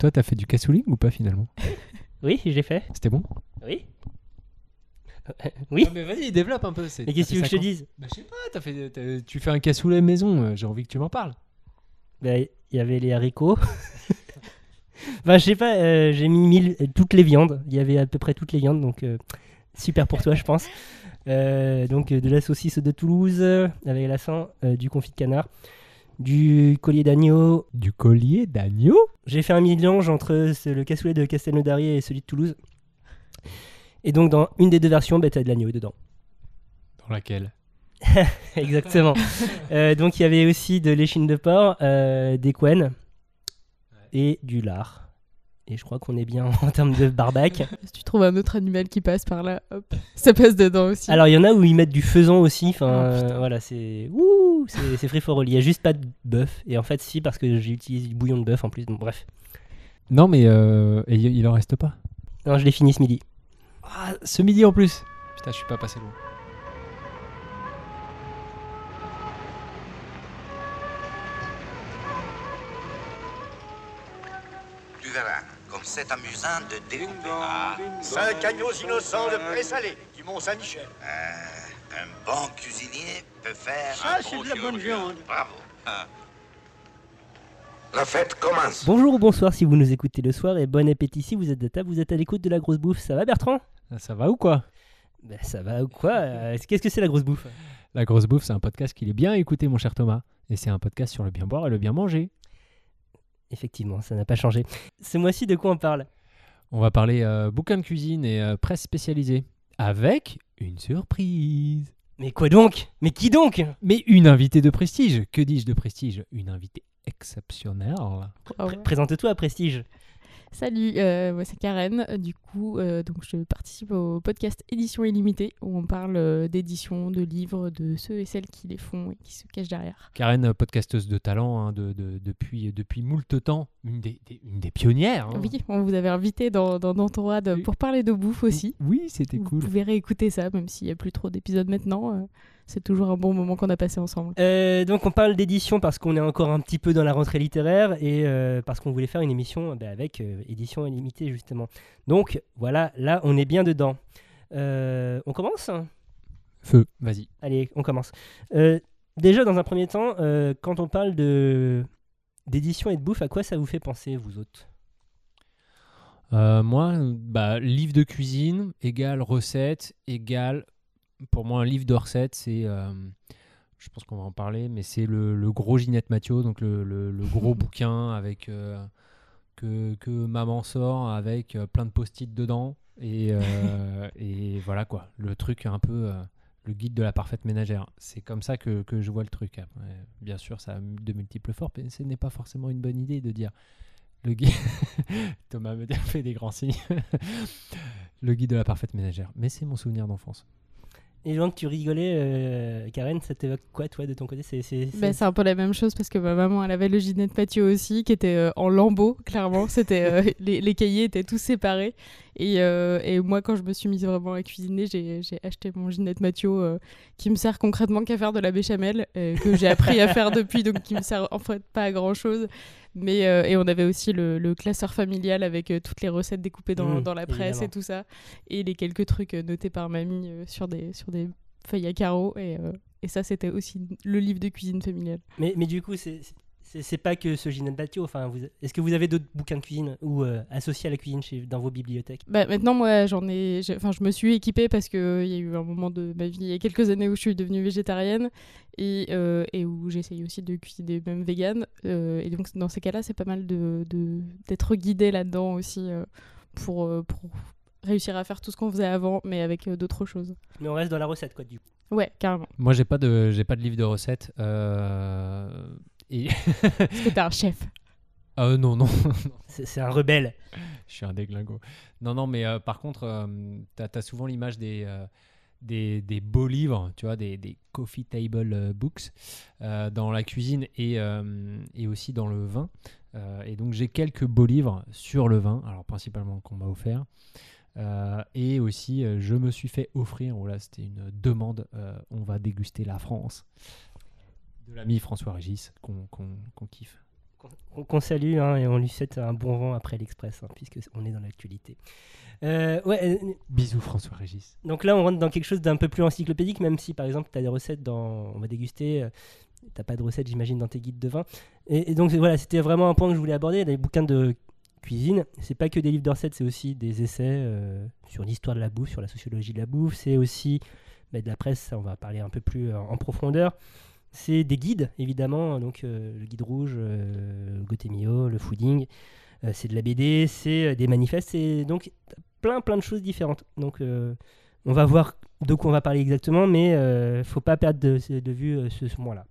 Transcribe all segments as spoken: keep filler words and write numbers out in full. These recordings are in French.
Toi, t'as fait du cassouling ou pas finalement? Oui, j'ai fait. C'était bon? Oui. Oui. Ah, mais vas-y, développe un peu. C'est... Mais qu'est-ce que tu veux que je te dise? Bah, je sais pas, t'as fait, t'as- tu fais un cassoulet maison, euh, j'ai envie que tu m'en parles. Bah, il y avait les haricots. Enfin, je sais pas, euh, j'ai mis mille, euh, toutes les viandes. Il y avait à peu près toutes les viandes, donc euh, super pour toi, je pense. Euh, donc euh, de la saucisse de Toulouse euh, avec la sang, euh, du confit de canard, du collier d'agneau. Du collier d'agneau? J'ai fait un mélange entre ce- le cassoulet de Castelnaudarié et celui de Toulouse. Et donc dans une des deux versions, bah, t'as de l'agneau dedans. Dans laquelle? Exactement. Euh, donc il y avait aussi de l'échine de porc, euh, des couennes et du lard. Et je crois qu'on est bien en termes de barbac. Si tu trouves un autre animal qui passe par là, hop, ça passe dedans aussi. Alors il y en a où ils mettent du faisan aussi. Enfin Oh, putain. euh, voilà, c'est ouh, c'est, c'est free for all. Il y a juste pas de bœuf. Et en fait si, parce que j'utilise du bouillon de bœuf en plus. Donc bref. Non, mais euh, et il en reste pas. Non, je l'ai fini ce midi. Ah, ce midi en plus. Putain, je suis pas passé loin. Tu verras, comme c'est amusant de découper. Ah, cinq agneaux innocents de Pré-Salé, du Mont-Saint-Michel. Euh, un bon cuisinier peut faire Ça, un c'est bon de la bonne chirurgien. viande. Bravo. Ah. La fête commence. Bonjour ou bonsoir si vous nous écoutez le soir et bon appétit si vous êtes de table, vous êtes à l'écoute de la grosse bouffe. Ça va Bertrand? Ah, ça va ou quoi? Ben ça va ou quoi? Euh, Qu'est-ce que c'est la grosse bouffe? La grosse bouffe, c'est un podcast qu'il est bien écouté, mon cher Thomas. Et c'est un podcast sur le bien boire et le bien manger. Effectivement, ça n'a pas changé. Ce mois-ci, de quoi on parle? On va parler euh, bouquins de cuisine et euh, presse spécialisée. Avec une surprise. Mais quoi donc? Mais qui donc? Mais une invitée de prestige. Que dis-je de prestige? Une invitée exceptionnelle. Ah ouais. Pr- Présente-toi, Prestige. Salut, euh, moi c'est Karen. Euh, Du coup, euh, donc je participe au podcast Édition Illimitée où on parle euh, d'édition, de livres, de ceux et celles qui les font et qui se cachent derrière. Karen, podcasteuse de talent hein, de, de- depuis, depuis moult temps. Une des, des- une des pionnières. hein. Oui, on vous avait invité dans, dans Dantorade Oui. pour parler de bouffe aussi. Oui, c'était Vous cool. pouvez réécouter ça, même s'il n'y a plus trop d'épisodes maintenant. euh, c'est toujours un bon moment qu'on a passé ensemble. Euh, donc on parle d'édition parce qu'on est encore un petit peu dans la rentrée littéraire et euh, parce qu'on voulait faire une émission bah, avec euh, édition illimitée justement. Donc voilà, là on est bien dedans. Euh, on commence? Feu, vas-y. Allez, on commence. Euh, déjà dans un premier temps, euh, quand on parle de d'édition et de bouffe, à quoi ça vous fait penser vous autres? Euh, moi, bah, livre de cuisine égale recette égale. Pour moi, un livre de recettes, c'est. euh, je pense qu'on va en parler, mais c'est le, le gros Ginette Mathieu, donc le, le- le gros bouquin avec euh, que, que maman sort avec euh, plein de post-it dedans. Et, euh, et voilà quoi, le truc un peu. euh, le guide de la parfaite ménagère. C'est comme ça que, que je vois le truc. Après, bien sûr, ça a de multiples formes, mais ce n'est pas forcément une bonne idée de dire. Le guide. Thomas me fait des grands signes. Le guide de la parfaite ménagère. Mais c'est mon souvenir d'enfance. Et donc tu rigolais, euh, Karen, ça t'évoque quoi toi de ton côté? c'est, c'est, c'est- Bah, c'est un peu la même chose parce que ma maman elle avait le Ginette Mathieu aussi qui était euh, en lambeaux clairement. C'était euh, les, les cahiers étaient tous séparés et, euh, et moi quand je me suis mise vraiment à cuisiner j'ai, j'ai acheté mon Ginette Mathieu euh, qui me sert concrètement qu'à faire de la béchamel euh, que j'ai appris à faire depuis donc qui me sert en fait pas à grand chose. Mais euh, et on avait aussi le, le classeur familial avec euh, toutes les recettes découpées dans, Mmh, dans la presse évidemment. et tout ça et les quelques trucs euh, notés par mamie euh, sur des sur des feuilles à carreaux et euh, et ça, c'était aussi le livre de cuisine familiale. Mais, mais du coup, c'est, c'est, c'est pas que ce Ginette Mathieu. Enfin, vous, est-ce que vous avez d'autres bouquins de cuisine ou euh, associés à la cuisine chez, dans vos bibliothèques? Bah, maintenant, moi, j'en ai, j'ai- enfin, je me suis équipée parce qu'il y a eu un moment de ma vie, il y a quelques années où je suis devenue végétarienne et, euh, et où j'essaye aussi de cuisiner même vegan. Euh, et donc, dans ces cas-là, c'est pas mal de, de, d'être guidée là-dedans aussi euh, pour, euh, pour réussir à faire tout ce qu'on faisait avant, mais avec euh, d'autres choses. Mais on reste dans la recette, quoi, du coup. Ouais, carrément. Moi, j'ai pas de, j'ai pas de livre de recettes. Euh... Et... Parce que t'es un chef. Euh, non, non. C'est, c'est un rebelle. Je suis un déglingo. Non, non, mais euh, par contre, euh, t'as, t'as souvent l'image des, euh, des, des beaux livres, tu vois, des, des coffee table euh, books euh, dans la cuisine et, euh, et aussi dans le vin. Euh, et donc, j'ai quelques beaux livres sur le vin, alors principalement qu'on m'a offert. Euh, et aussi, euh, je me suis fait offrir, oh là, c'était une demande, euh, on va déguster la France, de l'ami François Régis, qu'on, qu'on, qu'on kiffe. qu'on, qu'on salue hein, et on lui souhaite un bon vent après l'Express, hein, puisqu'on est dans l'actualité. Euh, ouais, euh, Bisous François Régis. donc là, on rentre dans quelque chose d'un peu plus encyclopédique, même si par exemple, tu as des recettes dans. On va déguster. Euh, T'as pas de recettes, j'imagine, dans tes guides de vin. Et, et donc voilà, c'était vraiment un point que je voulais aborder. Les bouquins de cuisine, c'est pas que des livres de recettes, c'est aussi des essais euh, sur l'histoire de la bouffe, sur la sociologie de la bouffe. C'est aussi bah, de la presse, ça, on va parler un peu plus euh, en profondeur. C'est des guides, évidemment, donc euh, le guide rouge, euh, le Gotemio, le fooding. Euh, c'est de la B D, c'est euh, des manifestes, c'est donc plein plein de choses différentes. Donc euh, on va voir de quoi on va parler exactement, mais euh, faut pas perdre de, de vue euh, ce, ce moment-là.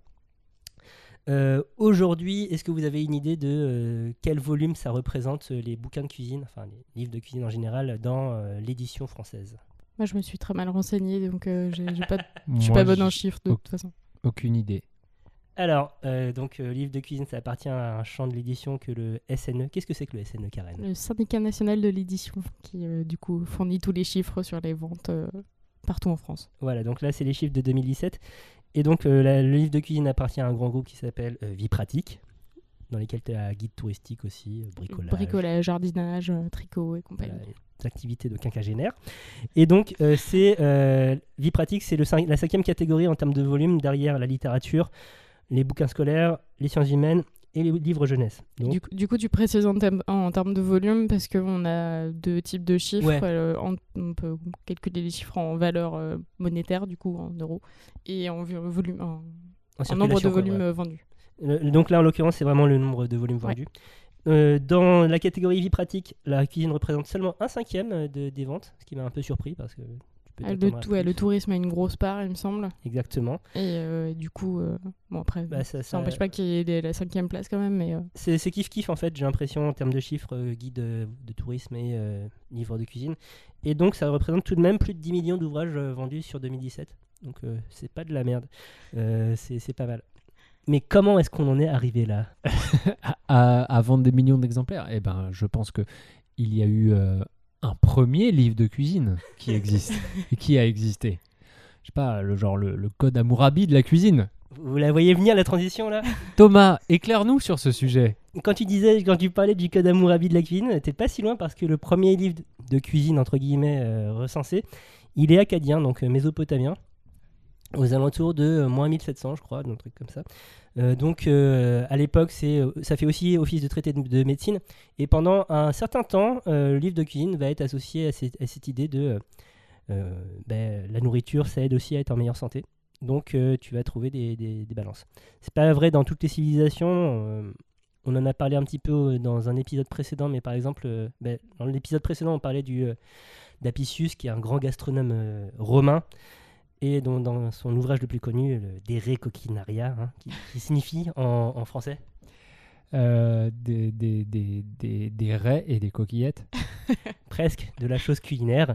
Euh, aujourd'hui, est-ce que vous avez une idée de euh, quel volume ça représente euh, les bouquins de cuisine, enfin les livres de cuisine en général, dans euh, l'édition française? Moi, je me suis très mal renseignée, donc euh, j'ai, j'ai pas, je suis Moi, pas bonne en j'ai chiffres de au- toute façon. Aucune idée. Alors, euh, donc euh, livre de cuisine, ça appartient à un champ de l'édition que le S N E. Qu'est-ce que c'est que le S N E, Karen? Le syndicat national de l'édition, qui euh, du coup fournit tous les chiffres sur les ventes euh, partout en France. Voilà, donc là, c'est les chiffres de deux mille dix-sept. Et donc, euh, la- le livre de cuisine appartient à un grand groupe qui s'appelle euh, Vie Pratique, dans lesquels tu as guide touristique aussi, euh, bricolage, Bricolage, jardinage, euh, tricot et compagnie. voilà, des activités de quinquagénaire. Et donc, euh, c'est euh, Vie Pratique, c'est le cin- la cinquième catégorie en termes de volume, derrière la littérature, les bouquins scolaires, les sciences humaines et les livres jeunesse. Donc, Du, coup- du coup, tu précises en, termes- en termes de volume parce qu'on a deux types de chiffres. Ouais. Euh, en- on peut calculer les chiffres en valeur euh, monétaire, du coup en euros, et en, vo- volume, en, en en nombre de circulation, quoi, volumes ouais. euh, vendus. Le- donc là, en l'occurrence, c'est vraiment le nombre de volumes Ouais. vendus. Euh, dans la catégorie vie pratique, la cuisine représente seulement un cinquième euh, de, des ventes, ce qui m'a un peu surpris parce que tu peux Ah, le, t'attendre à tou- ouais, plus. le tourisme a une grosse part, il me semble. Exactement. Et euh, du coup, euh, bon après, Bah, ça, ça ça- n'empêche pas qu'il y ait des- la cinquième place quand même, mais euh, C'est, c'est kiff kiff en fait, j'ai l'impression en termes de chiffres, euh, guide euh, de tourisme et euh, livre de cuisine. Et donc ça représente tout de même plus de dix millions d'ouvrages euh, vendus sur deux mille dix-sept. Donc euh, c'est pas de la merde, Euh, c'est, c'est pas mal. Mais comment est-ce qu'on en est arrivé là? à, à- à vendre des millions d'exemplaires. Eh ben, je pense que il y a eu euh, un premier livre de cuisine qui existe et qui a existé. Je sais pas, le genre le, le code Hammurabi de la cuisine. Vous la voyez venir la transition là? Thomas, éclaire-nous sur ce sujet. Quand tu disais, quand tu parlais du code Hammurabi de la cuisine, t'es pas si loin parce que le premier livre de cuisine entre guillemets euh, recensé, il est acadien, donc euh, mésopotamien, aux alentours de euh, moins mille sept cents, je crois, un truc comme ça. Euh, donc euh, à l'époque, c'est, euh, ça fait aussi office de traité de, de médecine. Et pendant un certain temps, euh, le livre de cuisine va être associé à, cette- à cette idée de euh, euh, ben, la nourriture, ça aide aussi à être en meilleure santé. Donc euh, tu vas trouver des, des- des balances. C'est pas vrai dans toutes les civilisations. euh, on en a parlé un petit peu euh, dans un épisode précédent, mais par exemple, euh, ben, dans l'épisode précédent, on parlait du, euh, d'Apicius, qui est un grand gastronome euh, romain, et dont, dans son ouvrage le plus connu, le De Re Coquinaria, hein, qui, qui signifie en, en français. Euh, des, des, des, des, des raies et des coquillettes. Presque de la chose culinaire.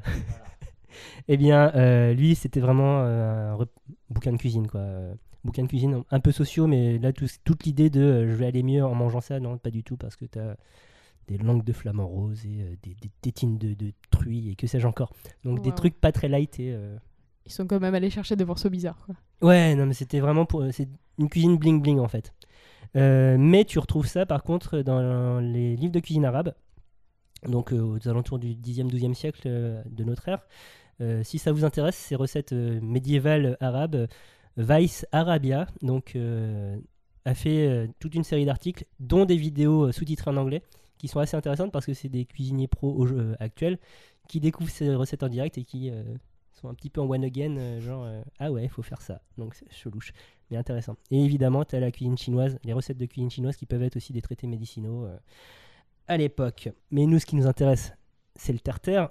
Eh bien, euh, lui, c'était vraiment euh, un rep- bouquin de cuisine, quoi. Euh, bouquin de cuisine un peu sociaux, mais là, tout- toute l'idée de euh, je vais aller mieux en mangeant ça, non, pas du tout, parce que tu as des langues de flamant rose et euh, des, des tétines de, de truie et que sais-je encore. Donc, des Wow. trucs pas très light et. euh, ils sont quand même allés chercher des morceaux bizarres, quoi. Ouais, non, mais c'était vraiment pour. C'est une cuisine bling-bling, en fait. Euh, mais tu retrouves ça, par contre, dans les livres de cuisine arabe, donc euh, aux alentours du dixième douzième siècle euh, de notre ère. Euh, si ça vous intéresse, ces recettes euh, médiévales arabes, euh, Vice Arabia donc, euh, a fait euh, toute une série d'articles, dont des vidéos euh, sous-titrées en anglais, qui sont assez intéressantes parce que c'est des cuisiniers pros au jeu, euh, actuels qui découvrent ces recettes en direct et qui euh, sont un petit peu en one again, euh, genre euh, ah ouais, il faut faire ça. Donc c'est chelouche, mais intéressant. Et évidemment, tu as la cuisine chinoise, les recettes de cuisine chinoise qui peuvent être aussi des traités médicinaux euh, à l'époque. Mais nous, ce qui nous intéresse, c'est le terre-terre.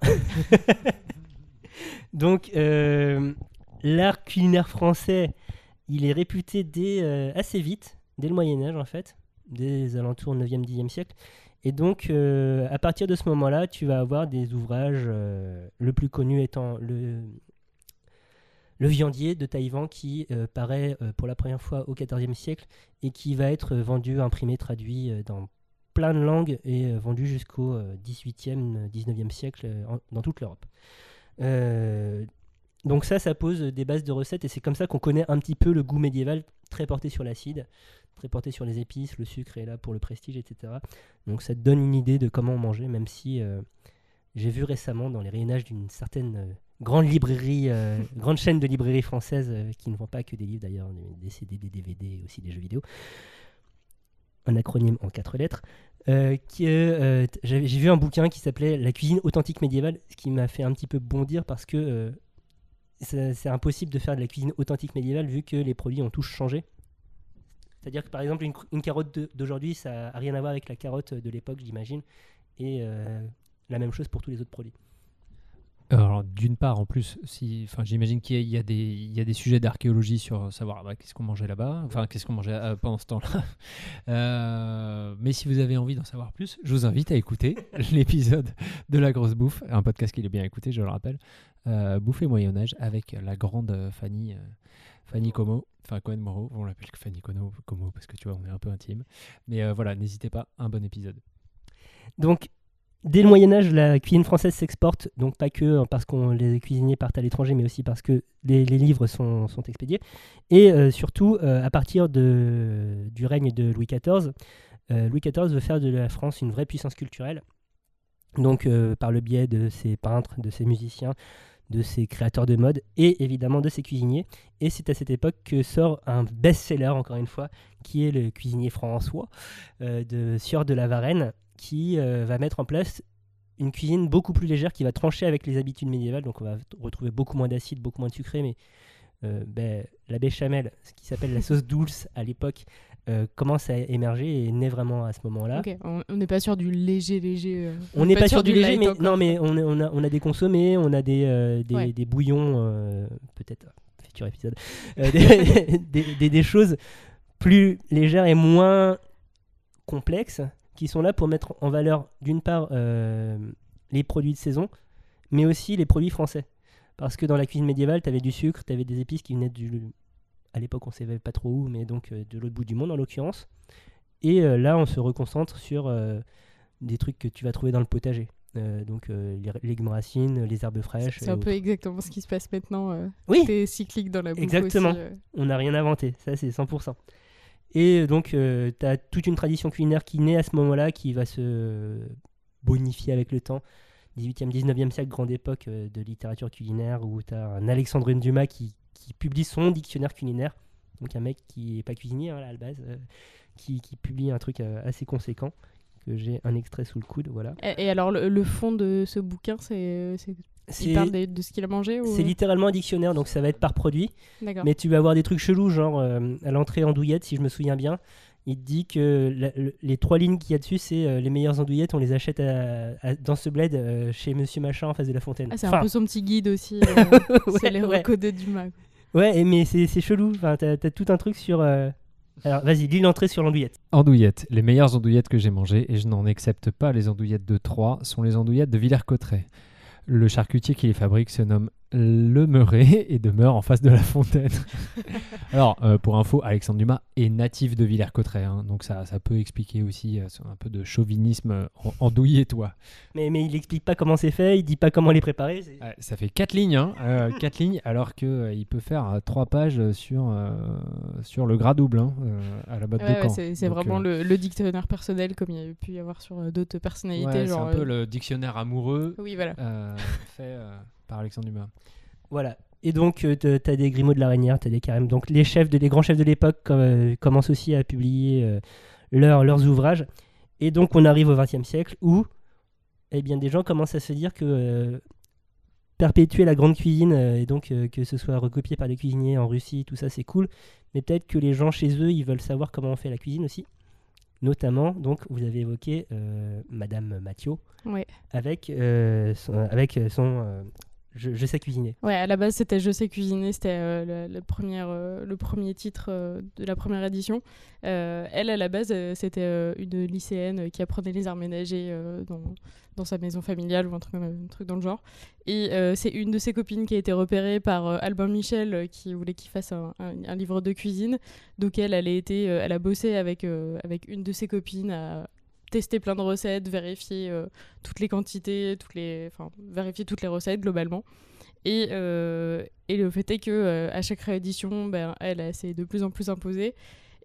Donc, euh, l'art culinaire français, il est réputé dès, euh, assez vite, dès le Moyen-Âge en fait, dès les alentours neuvième dixième siècle. Et donc, euh, à partir de ce moment-là, tu vas avoir des ouvrages, euh, le plus connu étant le, le Viandier de Taïwan, qui euh, paraît euh, pour la première fois au quatorzième siècle et qui va être euh, vendu, imprimé, traduit euh, dans plein de langues et euh, vendu jusqu'au euh, dix-huitième, dix-neuvième siècle euh, en- dans toute l'Europe. Euh, donc ça, ça pose des bases de recettes et c'est comme ça qu'on connaît un petit peu le goût médiéval très porté sur l'acide, très porté sur les épices, le sucre est là pour le prestige, et cetera. Donc ça te donne une idée de comment manger, même si euh, j'ai vu récemment dans les rayonnages d'une certaine euh, grande librairie, euh, grande chaîne de librairies françaises euh, qui ne vend pas que des livres d'ailleurs, des C D, des D V D et aussi des jeux vidéo. Un acronyme en quatre lettres. Euh, qui, euh, t- j'avais- j'ai vu un bouquin qui s'appelait La cuisine authentique médiévale, ce qui m'a fait un petit peu bondir parce que euh, c'est, c'est impossible de faire de la cuisine authentique médiévale vu que les produits ont tous changé. C'est-à-dire que par exemple, une, une carotte de- d'aujourd'hui, ça n'a rien à voir avec la carotte de l'époque, j'imagine. Et euh, la même chose pour tous les autres produits. Alors, d'une part, en plus, si, enfin, j'imagine qu'il y a, il y a des, il y a des sujets d'archéologie sur savoir bah, qu'est-ce qu'on mangeait là-bas, enfin, qu'est-ce qu'on mangeait euh, pendant ce temps-là. Euh, mais si vous avez envie d'en savoir plus, je vous invite à écouter l'épisode de La Grosse Bouffe, un podcast qu'il est bien écouté, je le rappelle, euh, Bouffe et Moyen-Âge, avec la grande euh, Fanny, euh, Fanny Como, enfin Cohen Moreau, on l'appelle Fanny Como, Como parce que tu vois, on est un peu intime. Mais euh, voilà, n'hésitez pas, un bon épisode. Donc, dès le Moyen-Âge, la cuisine française s'exporte, donc pas que parce que les cuisiniers partent à l'étranger, mais aussi parce que les, les livres sont, sont expédiés. Et euh, surtout, euh, à partir de, du règne de Louis quatorze, euh, Louis quatorze veut faire de la France une vraie puissance culturelle, donc euh, par le biais de ses peintres, de ses musiciens, de ses créateurs de mode et évidemment de ses cuisiniers. Et c'est à cette époque que sort un best-seller, encore une fois, qui est le cuisinier François euh, de Sieur de la Varenne, qui euh, va mettre en place une cuisine beaucoup plus légère qui va trancher avec les habitudes médiévales. Donc on va t- retrouver beaucoup moins d'acide, beaucoup moins de sucré, mais euh, ben, la béchamel, ce qui s'appelle la sauce douce à l'époque, euh, commence à émerger et naît vraiment à ce moment-là. Ok, on on n'est pas sur du léger, léger. euh, On n'est pas sur du léger, light mais encore. non, mais on, est- on a, on a des consommés, on a des, euh, des, Ouais. des bouillons, euh, peut-être futur épisode, euh, des, des, des- des choses plus légères et moins complexes qui sont là pour mettre en valeur d'une part euh, les produits de saison, mais aussi les produits français. Parce que dans la cuisine médiévale, tu avais du sucre, tu avais des épices qui venaient du, à l'époque on ne savait pas trop où, mais donc euh, de l'autre bout du monde en l'occurrence. Et euh, là, on se reconcentre sur euh, des trucs que tu vas trouver dans le potager. Euh, donc euh, les légumes racines, les herbes fraîches. C'est et un peu autres. exactement ce qui se passe maintenant. euh, Oui. C'est cyclique dans la bouffe Exactement. aussi, euh. On n'a rien inventé, ça c'est cent pour cent. Et donc, euh, tu as toute une tradition culinaire qui naît à ce moment-là, qui va se bonifier avec le temps. dix-huitième, dix-neuvième siècle, grande époque euh, de littérature culinaire, où tu as un Alexandre Dumas qui, qui publie son dictionnaire culinaire. Donc un mec qui n'est pas cuisinier hein, là, à la base, euh, qui, qui publie un truc euh, assez conséquent, que j'ai un extrait sous le coude, voilà. Et, et alors, le, le fond de ce bouquin, c'est. c'est- C'est Il parle des- de ce qu'il a mangé ou... c'est littéralement un dictionnaire, donc ça va être par produit. D'accord. Mais tu vas avoir des trucs chelous, genre euh, à l'entrée andouillette, si je me souviens bien, il te dit que la- le- les trois lignes qu'il y a dessus, c'est euh, les meilleures andouillettes, on les achète à- à- dans ce bled euh, chez Monsieur Machin en face de la fontaine. Ah, c'est un Enfin, peu son petit guide aussi. euh, c'est ouais, les ouais. recos de Dumas. Ouais, et- mais c'est c'est chelou, enfin, t'as as tout un truc sur... euh, Alors vas-y, lis l'entrée sur l'andouillette. Andouillettes. Les meilleures andouillettes que j'ai mangées, et je n'en accepte pas les andouillettes de Troyes, sont les andouillettes de Villers-Cotterêts. Le charcutier qui les fabrique se nomme Le Meuret et demeure en face de la fontaine. Alors, euh, pour info, Alexandre Dumas est natif de Villers-Cotterêts, hein, donc ça, ça peut expliquer aussi euh, un peu de chauvinisme euh, en- andouillettois. Mais, mais il explique pas comment c'est fait, il dit pas comment les préparer. c'est- Ouais, ça fait quatre lignes, hein, euh, quatre lignes, alors qu'il peut faire euh, trois pages sur, euh, sur le gras double hein, euh, à la botte Ouais, de ouais, Caen. c'est c'est Donc, vraiment euh, le, le dictionnaire personnel comme il y a pu y avoir sur euh, d'autres personnalités. ouais, c'est genre, un peu euh, le dictionnaire amoureux Oui, voilà. euh, fait euh, par Alexandre Dumas. Voilà. Et donc, euh, te- t'as des Grimaud de la Reynière, t'as des Carême. Donc, les chefs, de, les grands chefs de l'époque com- euh, commencent aussi à publier euh, leurs- leurs ouvrages. Et donc, on arrive au vingtième siècle où, eh bien, des gens commencent à se dire que euh, perpétuer la grande cuisine euh, et donc euh, que ce soit recopié par des cuisiniers en Russie, tout ça, c'est cool. Mais peut-être que les gens chez eux, ils veulent savoir comment on fait la cuisine aussi. Notamment, donc, vous avez évoqué euh, Madame Mathieu Ouais. avec euh, son, avec son euh, je, je sais cuisiner. Ouais, à la base, c'était Je sais cuisiner, c'était euh, la, la première, euh, le premier titre euh, de la première édition. Euh, elle, à la base, euh, c'était euh, une lycéenne euh, qui apprenait les arts ménagers euh, dans, dans sa maison familiale ou un truc, un truc dans le genre. Et euh, c'est une de ses copines qui a été repérée par euh, Albin Michel euh, qui voulait qu'il fasse un, un, un livre de cuisine. Donc elle, elle a, été, euh, elle a bossé avec, euh, avec une de ses copines à tester plein de recettes, vérifier euh, toutes les quantités, toutes les, enfin, vérifier toutes les recettes globalement. Et, euh, et le fait est que euh, à chaque réédition, ben, elle, elle s'est de plus en plus imposée.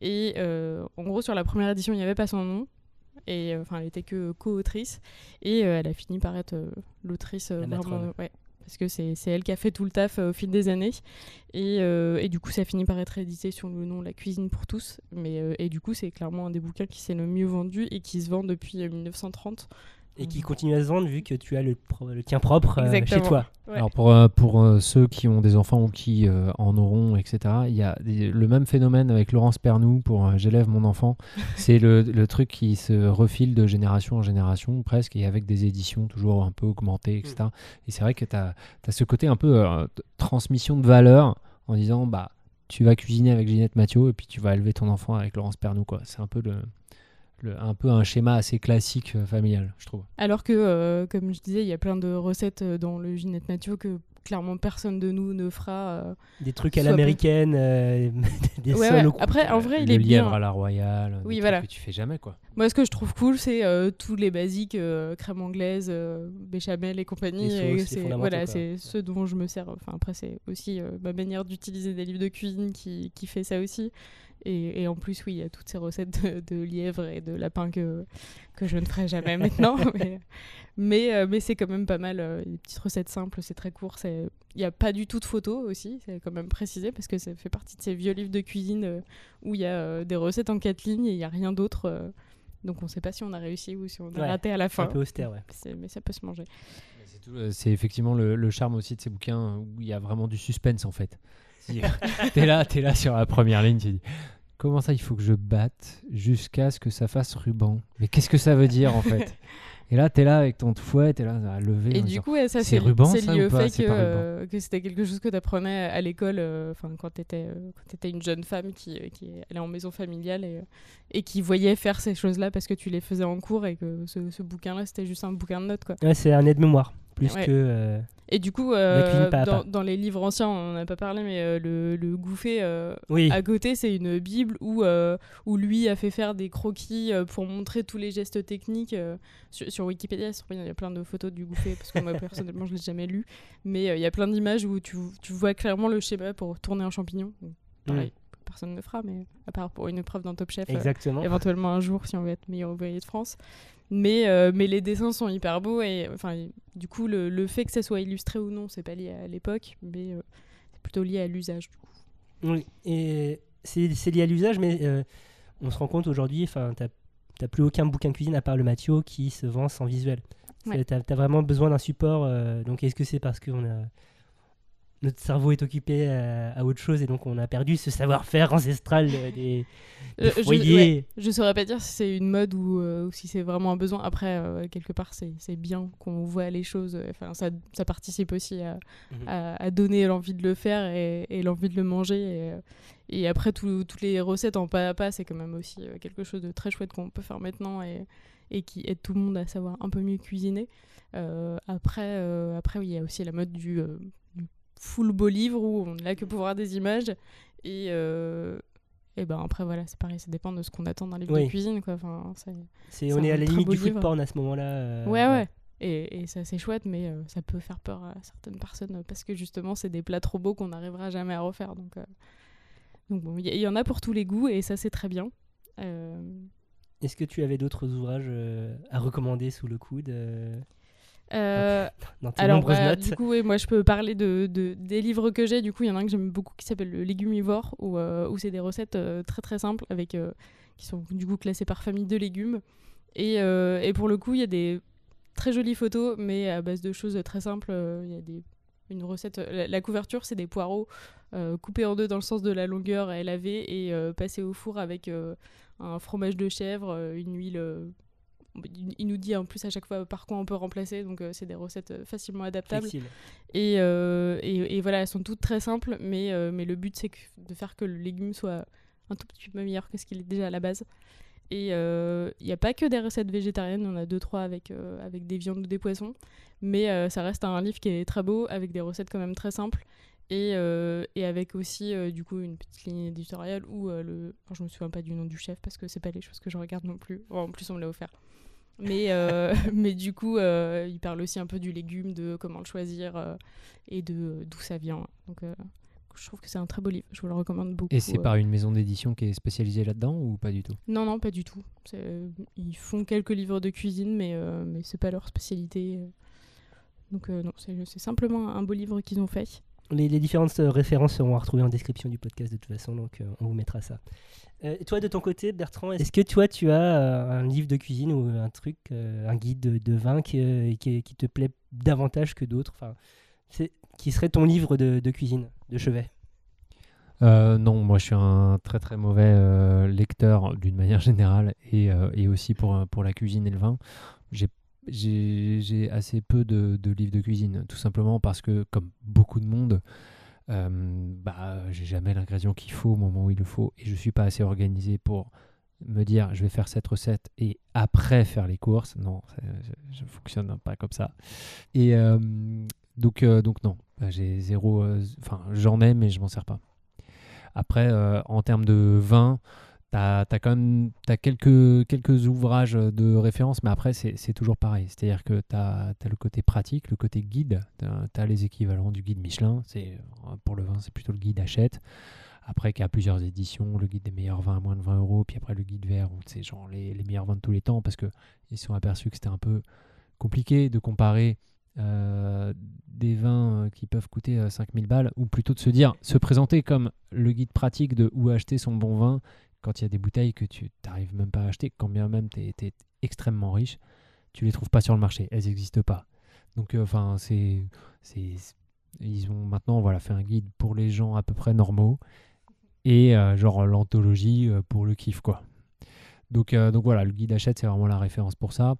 Et euh, en gros, sur la première édition, il n'y avait pas son nom. Et enfin, elle était que co-autrice. Et euh, elle a fini par être euh, l'autrice euh, La vraiment. matrone. Ouais, parce que c'est, c'est elle qui a fait tout le taf euh, au fil des années. Et, euh, et du coup, ça finit par être édité sous le nom La cuisine pour tous. Mais, euh, et du coup, c'est clairement un des bouquins qui s'est le mieux vendu et qui se vend depuis euh, dix-neuf cent trente. Et qui continue à se vendre vu que tu as le, pro- le tien propre euh, Exactement. chez toi. Ouais. Alors pour, euh, pour euh, ceux qui ont des enfants ou qui euh, en auront, et cetera, il y a des- le même phénomène avec Laurence Pernou pour euh, J'élève mon enfant. C'est le, le truc qui se refile de génération en génération presque, et avec des éditions toujours un peu augmentées, et cetera. Et c'est vrai que tu as ce côté un peu euh, t- transmission de valeur en disant bah tu vas cuisiner avec Ginette Mathieu et puis tu vas élever ton enfant avec Laurence Pernou, quoi. C'est un peu le... Le, un peu un schéma assez classique euh, familial, je trouve. Alors que, euh, comme je disais, il y a plein de recettes euh, dans le Ginette Mathieu que clairement personne de nous ne fera. euh, Des trucs à Soit l'américaine, euh, des Ouais, sols ouais. au cou- Après, en vrai, il le est lièvre bien. à la royale, Oui, des voilà. trucs que tu fais jamais, quoi. Moi, ce que je trouve cool, c'est euh, tous les basiques, euh, crème anglaise, euh, béchamel et compagnie. Les sauces, et les c'est fondamentaux, voilà, quoi. c'est ce dont je me sers. Enfin, après, c'est aussi euh, ma manière d'utiliser des livres de cuisine qui, qui fait ça aussi. Et, et en plus, oui, il y a toutes ces recettes de, de lièvre et de lapin que, que je ne ferai jamais maintenant. Mais, mais, euh, mais c'est quand même pas mal. Euh, des petites recettes simples, c'est très court. Il n'y a pas du tout de photos aussi, c'est quand même précisé, parce que ça fait partie de ces vieux livres de cuisine euh, où il y a euh, des recettes en quatre lignes et il n'y a rien d'autre. euh, donc on ne sait pas si on a réussi ou si on a Ouais, raté à la fin. un peu austère, ouais. C'est- mais ça peut se manger. C'est tout, euh, c'est effectivement le, le charme aussi de ces bouquins où il y a vraiment du suspense en fait. Si, t'es là, t'es là sur la première ligne, tu dis comment ça il faut que je batte jusqu'à ce que ça fasse ruban. Mais qu'est-ce que ça veut dire en fait? Et là t'es là avec ton fouet, t'es là à lever. Et en du disant, coup, ouais, ça c'est c'est ruban, c'est ça, lié ou au pas? fait C'est que, pas ruban. euh, que c'était quelque chose que tu apprenais à l'école, euh, enfin quand tu étais quand t'étais une jeune femme qui, qui allait en maison familiale et, et qui voyait faire ces choses-là parce que tu les faisais en cours et que ce, ce bouquin-là c'était juste un bouquin de notes, quoi. Ouais, c'est un aide-mémoire, plus Ouais. que... euh, Et du coup, La euh, cuisine pas à dans, pas. dans les livres anciens, on n'en a pas parlé, mais euh, le, le Gouffet, euh, Oui, à côté, c'est une Bible où, euh, où lui a fait faire des croquis euh, pour montrer tous les gestes techniques. euh, sur, sur Wikipédia, sur- il y a plein de photos du Gouffet, parce que moi, personnellement, je ne l'ai jamais lu. Mais euh, il y a plein d'images où tu, tu vois clairement le schéma pour tourner un champignon. Donc, pareil, personne ne fera, mais à part pour une épreuve d'un Top Chef. euh, exactement. éventuellement un jour si on veut être meilleur ouvrier de France. Mais, euh, mais les dessins sont hyper beaux et enfin, du coup le, le fait que ça soit illustré ou non c'est pas lié à l'époque mais euh, c'est plutôt lié à l'usage du coup. Oui, et c'est c'est lié à l'usage, mais euh, on se rend compte aujourd'hui, enfin, t'as t'as plus aucun bouquin cuisine à part le Mathieu qui se vend sans visuel. Ouais. C'est- T'as as vraiment besoin d'un support. euh, donc, est-ce que c'est parce que on a... notre cerveau est occupé à, à autre chose et donc on a perdu ce savoir-faire ancestral euh, des, des Euh, je- foyers? ouais, je saurais pas dire si c'est une mode ou, euh, ou si c'est vraiment un besoin. Après, euh, quelque part, c'est c'est bien qu'on voit les choses. Enfin, ça, ça participe aussi à, Mhm. à, à donner l'envie de le faire et, et l'envie de le manger. Et, euh, et après, tout- toutes les recettes en pas à pas, c'est quand même aussi euh, quelque chose de très chouette qu'on peut faire maintenant et, et qui aide tout le monde à savoir un peu mieux cuisiner. Euh, après, euh, après, oui, il y a aussi la mode du, euh, du full beau livre où on n'a que pour voir des images. Et, euh, et ben après, voilà, c'est pareil, ça dépend de ce qu'on attend d'un livre Oui. de cuisine, quoi. Enfin, c'est... C'est, c'est on est un à la très limite beau du food livre. porn à ce moment-là. euh, Ouais, ouais. Et, et ça, c'est chouette, mais euh, ça peut faire peur à certaines personnes euh, parce que justement, c'est des plats trop beaux qu'on n'arrivera jamais à refaire. Donc, euh, donc bon, il y, y en a pour tous les goûts et ça, c'est très bien. Euh, Est-ce que tu avais d'autres ouvrages euh, à recommander sous le coude euh, euh, dans tes alors, nombreuses bah, notes? du coup, oui, moi, je peux parler de, de- des livres que j'ai. Du coup, il y en a un que j'aime beaucoup qui s'appelle Le Légumivore, où, euh, où c'est des recettes euh, très très simples avec, euh, qui sont du coup classées par famille de légumes. Et, euh, et pour le coup, il y a des très jolies photos, mais à base de choses très simples. euh, Il y a des, une recette. La, la couverture, c'est des poireaux euh, coupés en deux dans le sens de la longueur et lavés et euh, passés au four avec euh, un fromage de chèvre, euh, une huile. euh, il- il nous dit en plus à chaque fois par quoi on peut remplacer, donc euh, c'est des recettes euh, facilement adaptables. Flexible. Et, euh, et, et voilà, elles sont toutes très simples, mais, euh, mais le but c'est que- de faire que le légume soit un tout petit peu meilleur que ce qu'il est déjà à la base. Et il n'y a pas que des recettes végétariennes, on a deux trois avec, euh, avec des viandes ou des poissons, mais euh, ça reste un livre qui est très beau, avec des recettes quand même très simples, et, euh, et avec aussi euh, du coup une petite ligne éditoriale où euh, le... enfin, je me souviens pas du nom du chef parce que c'est pas les choses que je regarde non plus. Bon, en plus on me l'a offert. Mais, euh, mais du coup, euh, il parle aussi un peu du légume, de comment le choisir euh, et de euh, d'où ça vient. Donc, euh, je trouve que c'est un très beau livre. Je vous le recommande beaucoup. Et c'est euh. par une maison d'édition qui est spécialisée là-dedans ou pas du tout? Non, non, pas du tout. C'est- Ils font quelques livres de cuisine, mais, euh, mais c'est pas leur spécialité. euh. Donc euh, non, c'est c'est simplement un beau livre qu'ils ont fait. Les, les différentes euh, références seront à retrouver en description du podcast de toute façon, donc euh, on vous mettra ça. Euh, et toi, de ton côté, Bertrand, est-ce que toi, tu as euh, un livre de cuisine ou un truc, euh, un guide de, de vin qui, euh, qui, qui te plaît davantage que d'autres, enfin, c'est, qui serait ton livre de, de cuisine, de chevet? Euh, non, moi je suis un très très mauvais euh, lecteur d'une manière générale et, euh, et aussi pour, euh, pour la cuisine et le vin. J'ai, j'ai, j'ai assez peu de, de livres de cuisine, tout simplement parce que, comme beaucoup de monde, euh, bah, j'ai jamais l'ingrédient qu'il faut au moment où il le faut et je suis pas assez organisé pour me dire je vais faire cette recette et après faire les courses. Non, ça- je ne fonctionne pas comme ça. Et euh, donc, euh, donc non, bah, j'ai zéro. Enfin, j'en ai, mais je m'en sers pas. Après, euh, en termes de vin, tu as quand même t'as quelques, quelques ouvrages de référence, mais après, c'est c'est toujours pareil. C'est-à-dire que tu as le côté pratique, le côté guide. Tu as les équivalents du guide Michelin. C'est, pour le vin, c'est plutôt le guide Hachette. Après, qu'il y a plusieurs éditions, le guide des meilleurs vins à moins de vingt euros, puis après le guide vert, où c'est genre les, les meilleurs vins de tous les temps, parce qu'ils se sont aperçus que c'était un peu compliqué de comparer euh, des vins qui peuvent coûter euh, cinq mille balles, ou plutôt de se dire, se présenter comme le guide pratique de où acheter son bon vin quand il y a des bouteilles que tu n'arrives même pas à acheter, quand bien même tu es extrêmement riche, tu les trouves pas sur le marché, elles n'existent pas. Donc enfin, euh, c'est, c'est, ils ont maintenant voilà, fait un guide pour les gens à peu près normaux, et euh, genre l'anthologie euh, pour le kiff, quoi. Donc, euh, donc voilà, le guide Hachette, c'est vraiment la référence pour ça.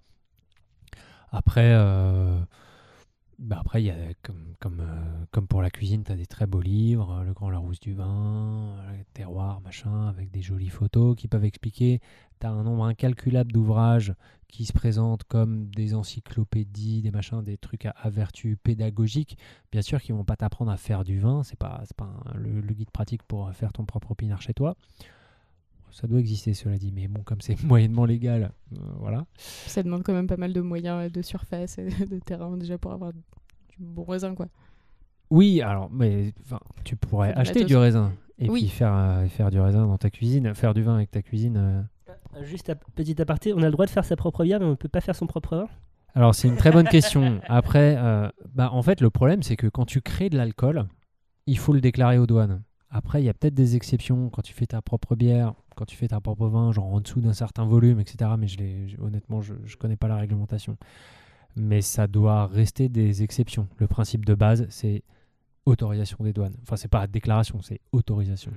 Après, euh, bah après il y a, comme, comme, euh, comme pour la cuisine, tu as des très beaux livres, euh, Le Grand Larousse du vin, euh, Terroir, machin, avec des jolies photos qui peuvent expliquer. Tu as un nombre incalculable d'ouvrages qui se présentent comme des encyclopédies, des machins, des trucs à, à vertu pédagogique. Bien sûr qu'ils ne vont pas t'apprendre à faire du vin, c'est pas, c'est pas un- le, le guide pratique pour faire ton propre pinard chez toi. Ça doit exister, cela dit, mais bon, comme c'est moyennement légal, euh, voilà. Ça demande quand même pas mal de moyens de surface et de terrain déjà pour avoir du bon raisin, quoi. Oui, alors, mais enfin, tu pourrais Faut du acheter matos. du raisin et Oui. puis faire, euh, faire du raisin dans ta cuisine, faire du vin avec ta cuisine. euh. Euh, Juste un petit aparté, on a le droit de faire sa propre bière, mais on ne peut pas faire son propre vin. Alors, c'est une très bonne question. Après, euh, bah, en fait, le problème, c'est que quand tu crées de l'alcool, il faut le déclarer aux douanes. Après, il y a peut-être des exceptions quand tu fais ta propre bière, quand tu fais ta propre vin, genre en dessous d'un certain volume, et cetera. Mais je l'ai, je- honnêtement, je ne connais pas la réglementation. Mais ça doit rester des exceptions. Le principe de base, c'est autorisation des douanes. Enfin, c'est pas déclaration, c'est autorisation.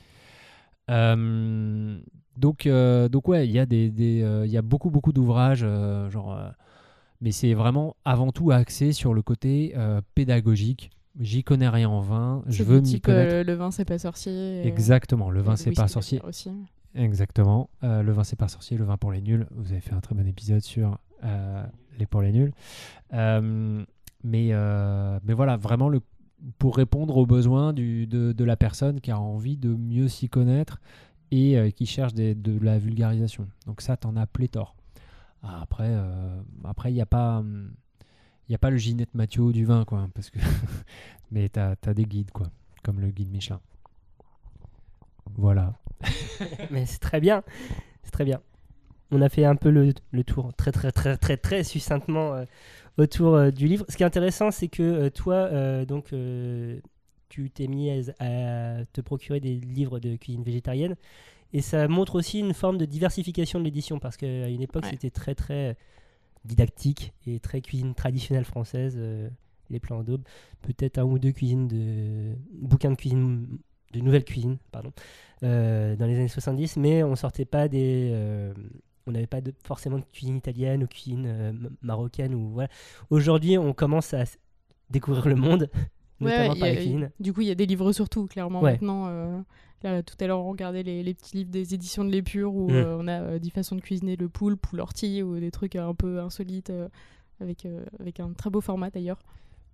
Euh, donc, euh, donc ouais, il y a des, des, euh, il y a beaucoup, beaucoup d'ouvrages, euh, genre, euh, mais c'est vraiment avant tout axé sur le côté euh, pédagogique. J'y connais rien en vin, je C'est veux du m'y type, connaître. euh, le vin, c'est pas sorcier. et- Exactement, le et vin c'est whisky, pas la sorcier. bière aussi. Exactement, euh, le vin c'est pas sorcier, le vin pour les nuls. Vous avez fait un très bon épisode sur euh, les pour les nuls. Euh, mais, euh, mais voilà, vraiment le, pour répondre aux besoins du, de, de la personne qui a envie de mieux s'y connaître et euh, qui cherche des, de la vulgarisation. Donc ça, t'en as pléthore. Ah, après, euh, après il n'y a pas... hum, il n'y a pas le Ginette Mathieu du vin, quoi, parce que mais tu as des guides, quoi, comme le guide Michelin. Voilà. Mais c'est très bien, c'est très bien. On a fait un peu le, le tour très très très très très succinctement euh, autour euh, du livre. Ce qui est intéressant, c'est que euh, toi, euh, donc, euh, tu t'es mis à, à te procurer des livres de cuisine végétarienne, et ça montre aussi une forme de diversification de l'édition, parce qu'à une époque, Ouais. c'était très très didactique et très cuisine traditionnelle française, euh, les plans d'aube, peut-être un ou deux cuisines de bouquins de cuisine, de nouvelle cuisine, pardon, euh, dans les années soixante-dix, mais on sortait pas des, euh, on n'avait pas de, forcément de cuisine italienne ou cuisine euh, m- marocaine ou voilà. Aujourd'hui, on commence à s- découvrir le monde, notamment Ouais, par y a- la cuisine. Du coup, il y a des livres sur tout, clairement, Ouais. maintenant. euh, là, tout à l'heure, on regardait les, les petits livres des éditions de l'Épure où Mm. euh, on a euh, dix façons de cuisiner le poulpe ou l'ortie ou des trucs euh, un peu insolites euh, avec, euh, avec un très beau format d'ailleurs.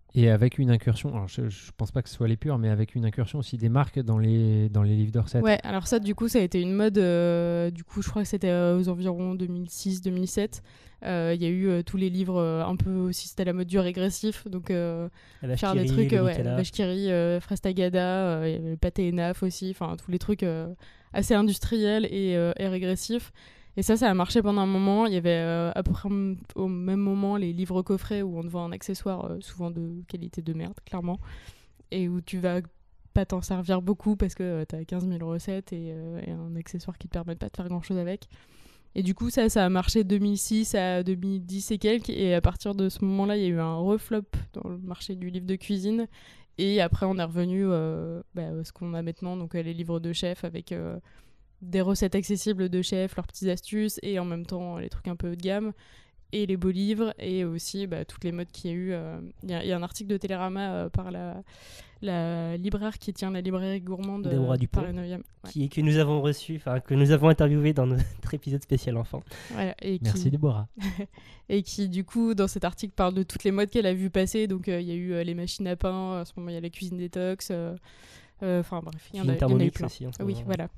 Et avec une incursion, alors je, je pense pas que ce soit les purs, mais avec une incursion aussi des marques dans les, dans les livres de recettes. Ouais, alors ça, du coup, ça a été une mode. euh, du coup, je crois que c'était euh, aux environs deux mille six deux mille sept. Euh, Il y a eu euh, tous les livres euh, un peu aussi, c'était la mode du régressif. Donc, euh, La vache faire qui des rit, trucs, le euh, ouais, Nutella. vache qui rit, euh, fraise tagada, euh, il y avait le pâté et naf aussi. Enfin, tous les trucs euh, assez industriels et, euh, et régressifs. Et ça, ça a marché pendant un moment. Il y avait euh, à peu près au même moment les livres coffrets où on te vend un accessoire euh, souvent de qualité de merde, clairement. Et où tu vas pas t'en servir beaucoup parce que euh, t'as quinze mille recettes et, euh, et un accessoire qui te permet pas de faire grand chose avec. Et du coup, ça, ça a marché de deux mille six à deux mille dix et quelques. Et à partir de ce moment-là, il y a eu un reflop dans le marché du livre de cuisine. Et après, on est revenu euh, bah, à ce qu'on a maintenant, donc euh, les livres de chef avec euh, des recettes accessibles de chef, leurs petites astuces et en même temps les trucs un peu haut de gamme. Et les beaux livres et aussi bah, toutes les modes qu'il y a eu. Il euh, y, y a un article de Télérama euh, par la, la libraire qui tient la librairie gourmande de Déborah Dupont, Paris neuvième. Ouais. Qui, que nous avons reçu, enfin que nous avons interviewé dans notre épisode spécial enfant. Voilà, et Merci qui, Déborah. et qui du coup dans cet article parle de toutes les modes qu'elle a vu passer. Donc il euh, y a eu euh, les machines à pain, à ce moment il y a la cuisine détox. Enfin euh, euh, bref, il y, en a, y en a eu Thermomix plein. aussi. En ce Oui, moment. voilà.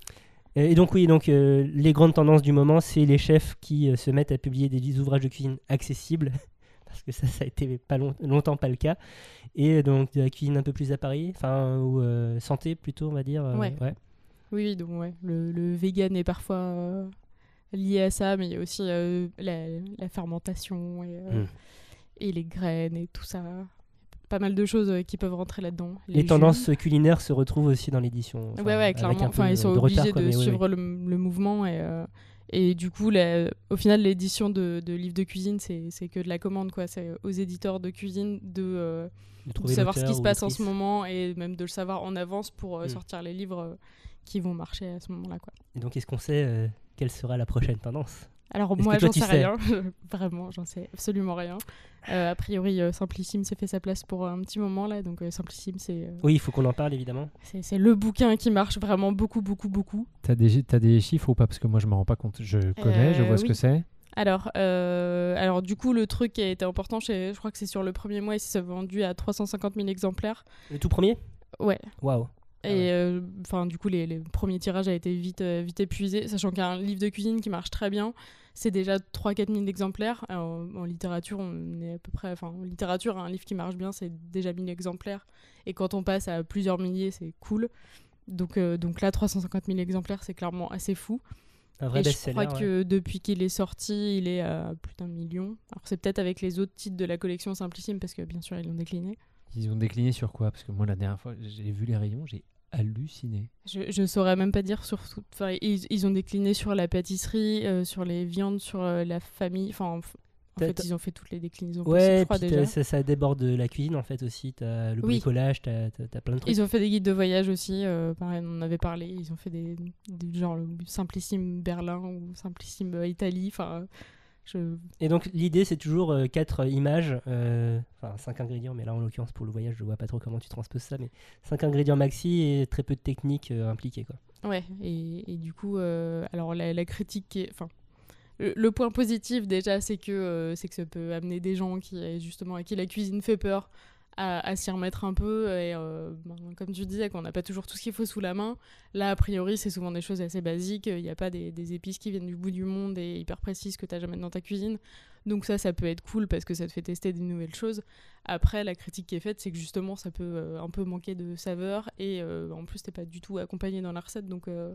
Et donc oui, donc euh, les grandes tendances du moment, c'est les chefs qui euh, se mettent à publier des ouvrages de cuisine accessibles, parce que ça, ça a été pas long- longtemps pas le cas, et donc de la cuisine un peu plus appareillée, enfin ou euh, santé plutôt, on va dire. euh, Ouais. Oui, donc ouais, le, le vegan est parfois euh, lié à ça, mais il y a aussi euh, la, la fermentation et, euh, Mm. et les graines et tout ça. Pas mal de choses euh, qui peuvent rentrer là-dedans. Les jus. tendances culinaires se retrouvent aussi dans l'édition. enfin, Ouais, ouais, avec clairement. un Enfin, peu ils sont de obligés retard, quoi, de mais oui, suivre oui. Le, le mouvement. Et, euh, et du coup, la- au final, l'édition de, de livres de cuisine, c'est, c'est que de la commande. Quoi. C'est aux éditeurs de cuisine de, euh, De de trouver savoir ce qui l'auteur se ou passe en ce l'autrice. moment et même de le savoir en avance pour euh, Mm. sortir les livres euh, qui vont marcher à ce moment-là. Quoi. Et donc est-ce qu'on sait euh, quelle sera la prochaine tendance? Alors Est-ce moi, que toi, j'en tu sais sais rien. Vraiment, j'en sais absolument rien. Euh, a priori, euh, Simplissime s'est fait sa place pour un petit moment là. Donc euh, Simplissime, c'est, euh, Oui, il faut qu'on en parle évidemment. c'est, c'est le bouquin qui marche vraiment beaucoup, beaucoup, beaucoup. T'as des, t'as des chiffres ou pas? Parce que moi je me rends pas compte. Je connais, je Euh, vois ce oui. que c'est. Alors, euh, alors du coup, le truc qui a été important, je, je crois que c'est sur le premier mois, il s'est vendu à trois cent cinquante mille exemplaires. Le tout premier? Ouais. Waouh. Ah ouais. Et enfin, du coup, les, les premiers tirages a été vite, euh, vite épuisé, sachant qu'un livre de cuisine qui marche très bien, c'est déjà trois à quatre mille exemplaires. Alors, en littérature, on est à peu près. Enfin, en littérature, un livre qui marche bien, c'est déjà mille exemplaires. Et quand on passe à plusieurs milliers, c'est cool. Donc, euh, donc là, trois cent cinquante mille exemplaires, c'est clairement assez fou. Un vrai Et je best-seller. crois ouais. que depuis qu'il est sorti, il est à plus d'un million. Alors c'est peut-être avec les autres titres de la collection Simplissime, parce que bien sûr, ils l'ont décliné. Ils ont décliné sur quoi? Parce que moi la dernière fois j'ai vu les rayons, j'ai halluciné. Je, je saurais même pas dire sur tout. Enfin, ils, ils ont décliné sur la pâtisserie, euh, sur les viandes, sur euh, la famille. Enfin, en, f- en T'as- fait, t'as- ils ont fait toutes les déclinaisons Ouais, possibles, je crois puis déjà. t'as- ça, ça déborde la cuisine en fait aussi. T'as le Oui. bricolage, t'as t'as- t'as plein de trucs. Ils ont fait des guides de voyage aussi, euh, pareil, on en avait parlé. Ils ont fait des, des genre le Simplissime Berlin ou Simplissime euh, Italie. Enfin, je... Et donc l'idée c'est toujours euh, quatre images, euh, enfin cinq ingrédients, mais là en l'occurrence pour le voyage je vois pas trop comment tu transposes ça, mais cinq ingrédients maxi et très peu de techniques euh, impliquées quoi. Ouais, et, et du coup, euh, alors la, la critique, qui est- enfin, le, le point positif déjà, c'est que euh, c'est que ça peut amener des gens qui justement à qui la cuisine fait peur à, à s'y remettre un peu. Et euh, ben, comme tu disais, qu'on n'a pas toujours tout ce qu'il faut sous la main. Là, a priori, c'est souvent des choses assez basiques. Il n'y a pas des, des épices qui viennent du bout du monde et hyper précises que tu n'as jamais dans ta cuisine. Donc ça, ça peut être cool parce que ça te fait tester des nouvelles choses. Après, la critique qui est faite, c'est que justement, ça peut euh, un peu manquer de saveur et euh, en plus, t'es pas du tout accompagné dans la recette, donc euh,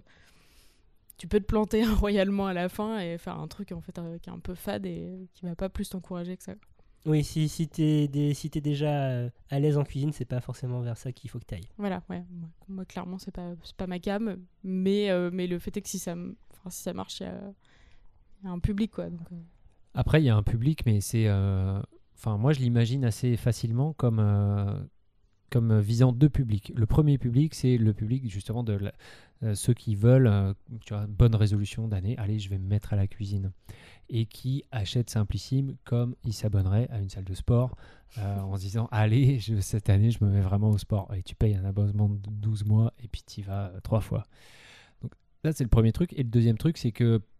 tu peux te planter royalement à la fin et faire un truc en fait euh, qui est un peu fade et qui va pas plus t'encourager que ça. Oui, si, si t'es des- si t'es déjà euh, à l'aise en cuisine, c'est pas forcément vers ça qu'il faut que t'ailles. Voilà, ouais. Moi, moi, clairement, c'est pas, c'est pas ma cam, mais, euh, mais le fait est que si ça, m- enfin, si ça marche, il y, a- il y a un public, quoi. Donc, euh, Après, il y a un public, mais c'est. euh, Enfin, moi, je l'imagine assez facilement comme, euh, comme visant deux publics. Le premier public, c'est le public justement de la- euh, ceux qui veulent, euh, tu vois, bonne résolution d'année. Allez, je vais me mettre à la cuisine. Et qui achètent Simplissime comme ils s'abonneraient à une salle de sport euh, en se disant allez, je- cette année, je me mets vraiment au sport. Et tu payes un abonnement de douze mois et puis tu y vas euh, trois fois. Donc là, c'est le premier truc. Et le deuxième truc, c'est que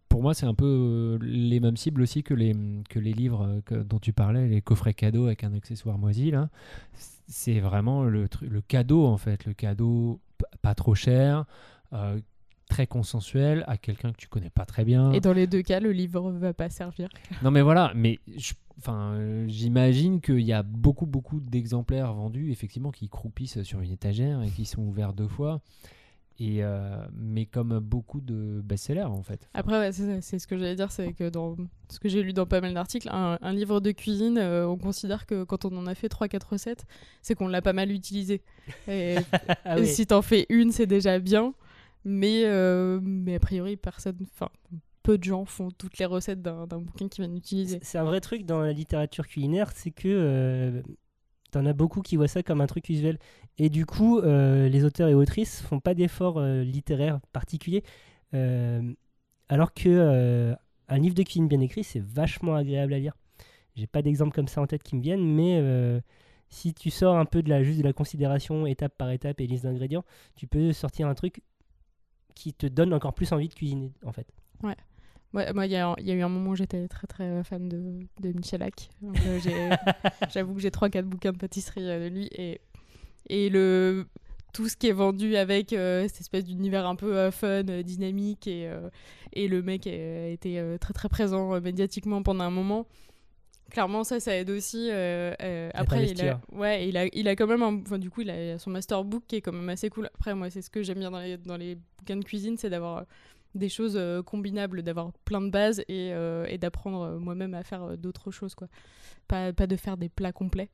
pour moi, c'est un peu euh, les mêmes cibles aussi que les, que les livres euh, que- dont tu parlais, les coffrets cadeaux avec un accessoire moisi. Là. C'est vraiment le, tru- le cadeau, en fait. Le cadeau p- pas trop cher, euh, très consensuel, à quelqu'un que tu connais pas très bien. Et dans les deux cas, le livre va pas servir. Non, mais voilà, mais je- enfin, euh, j'imagine qu'il y a beaucoup, beaucoup d'exemplaires vendus, effectivement, qui croupissent sur une étagère et qui sont ouverts deux fois. Et, euh, mais comme beaucoup de best-sellers, en fait. Après, ouais, c'est, ça, c'est ce que j'allais dire, c'est que dans ce que j'ai lu dans pas mal d'articles, un, un livre de cuisine, euh, on considère que quand on en a fait trois quatre recettes, c'est qu'on l'a pas mal utilisé. Et, Ah et oui. si t'en fais une, c'est déjà bien, mais, euh, mais a priori, personne, enfin, peu de gens font toutes les recettes d'un, d'un bouquin qu'ils viennent utiliser. C'est c'est un vrai truc dans la littérature culinaire, c'est que euh, t'en as beaucoup qui voient ça comme un truc usuel. Et du coup, euh, les auteurs et autrices font pas d'efforts euh, littéraires particuliers. euh, alors que euh, un livre de cuisine bien écrit, c'est vachement agréable à lire. J'ai pas d'exemple comme ça en tête qui me viennent, mais euh, si tu sors un peu de la, juste de la considération étape par étape et liste d'ingrédients, tu peux sortir un truc qui te donne encore plus envie de cuisiner, en fait. Ouais, moi, il y, a il y a eu un moment où j'étais très très fan de, de Michalak. Donc, euh, j'ai- j'avoue que j'ai trois quatre bouquins de pâtisserie euh, de lui. Et, et le, tout ce qui est vendu avec euh, cette espèce d'univers un peu euh, fun, euh, dynamique. Et, euh, et le mec a, a été euh, très très présent euh, médiatiquement pendant un moment. Clairement, ça, ça aide aussi. euh, euh, après, il a, t'investir. ouais, il a, il a quand même, un, enfin, du coup, il a son master book qui est quand même assez cool. Après, moi, c'est ce que j'aime bien dans les, dans les bouquins de cuisine, c'est d'avoir euh, des choses euh, combinables, d'avoir plein de bases et, euh, et d'apprendre euh, moi-même à faire euh, d'autres choses, quoi. Pas, pas de faire des plats complets.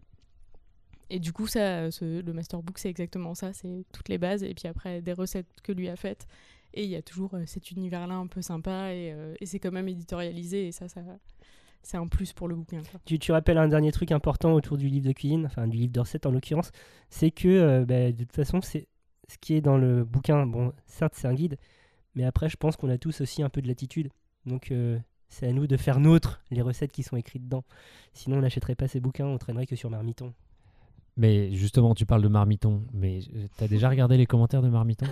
Et du coup, ça, euh, ce- le master book, c'est exactement ça, c'est toutes les bases et puis après des recettes que lui a faites. Et il y a toujours euh, cet univers-là un peu sympa et, euh, et c'est quand même éditorialisé et ça, ça, c'est un plus pour le bouquin, quoi. Tu, tu rappelles un dernier truc important autour du livre de cuisine, enfin du livre de recettes en l'occurrence, c'est que euh, bah, de toute façon, c'est ce qui est dans le bouquin. Bon, certes, c'est un guide, mais après, je pense qu'on a tous aussi un peu de latitude. Donc, euh, c'est à nous de faire nôtres les recettes qui sont écrites dedans. Sinon, on n'achèterait pas ces bouquins, on traînerait que sur Marmiton. Mais justement, tu parles de Marmiton. Mais euh, t'as déjà regardé les commentaires de Marmiton?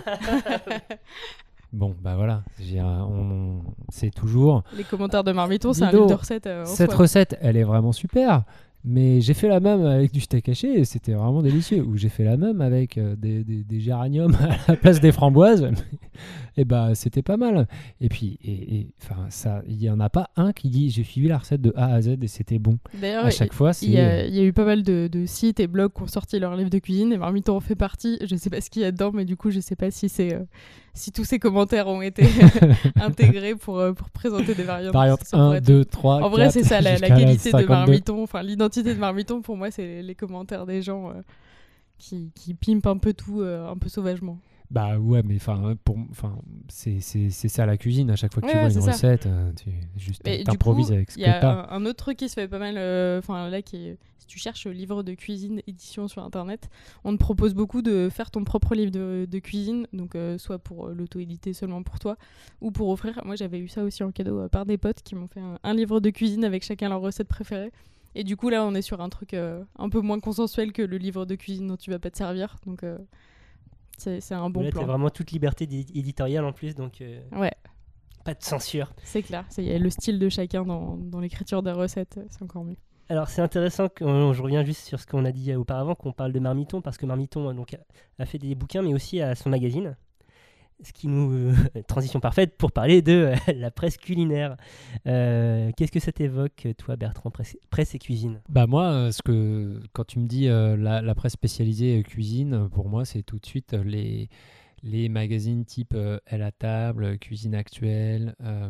Bon, bah voilà. J'ai un- on- c'est toujours. Les commentaires de Marmiton, c'est un Dis donc, livre de recettes euh, en Cette soi. recette, elle est vraiment super. Mais j'ai fait la même avec du steak haché et c'était vraiment délicieux. Ou j'ai fait la même avec euh, des, des, des géraniums à la place des framboises. Et bah c'était pas mal. Et puis, et, et, enfin, ça, il y en a pas un qui dit j'ai suivi la recette de A à Z et c'était bon. D'ailleurs, À chaque fois, c'est. il y, a, il y a eu pas mal de, de sites et blogs qui ont sorti leur livre de cuisine et Marmiton en fait partie. Je sais pas ce qu'il y a dedans, mais du coup, je sais pas si c'est euh, si tous ces commentaires ont été intégrés pour, euh, pour présenter des variantes. Variante Ça pourrait un, être- deux, trois, En vrai, c'est ça, la, la jusqu'à qualité de cinquante-deux. Marmiton, enfin l'identité de Marmiton, pour moi, c'est les, les commentaires des gens euh, qui, qui pimpent un peu tout, euh, un peu sauvagement. Bah ouais, mais enfin, pour, enfin, c'est, c'est, c'est ça la cuisine. À chaque fois que Ouais, tu vois ouais, une c'est ça. recette, euh, tu juste Mais du t'improvises coup, avec ce il y que a t'as. un, un autre truc qui se fait pas mal, euh, enfin là, qui est, si tu cherches livre de cuisine édition sur internet, on te propose beaucoup de faire ton propre livre de, de cuisine, donc euh, soit pour euh, l'auto-éditer seulement pour toi, ou pour offrir. Moi, j'avais eu ça aussi en cadeau euh, par des potes qui m'ont fait un, un livre de cuisine avec chacun leur recette préférée. Et du coup, là, on est sur un truc euh, un peu moins consensuel que le livre de cuisine dont tu vas pas te servir, donc euh, c'est, c'est un bon Là, plan. t'as vraiment toute liberté d'édi- éditoriale en plus, donc euh, Ouais, pas de censure. c'est clair. Il y a le style de chacun dans, dans l'écriture des recettes, euh, c'est encore mieux. Alors c'est intéressant, que, euh, je reviens juste sur ce qu'on a dit auparavant, qu'on parle de Marmiton, parce que Marmiton euh, donc, a, a fait des bouquins, mais aussi à son magazine. Ce qui nous... euh, transition parfaite pour parler de euh, la presse culinaire. Euh, qu'est-ce que ça t'évoque, toi Bertrand, presse, presse et cuisine? Bah moi, euh, ce que quand tu me dis euh, la, la presse spécialisée euh, cuisine, euh, pour moi, c'est tout de suite euh, les les magazines type euh, Elle à table, Cuisine actuelle, euh,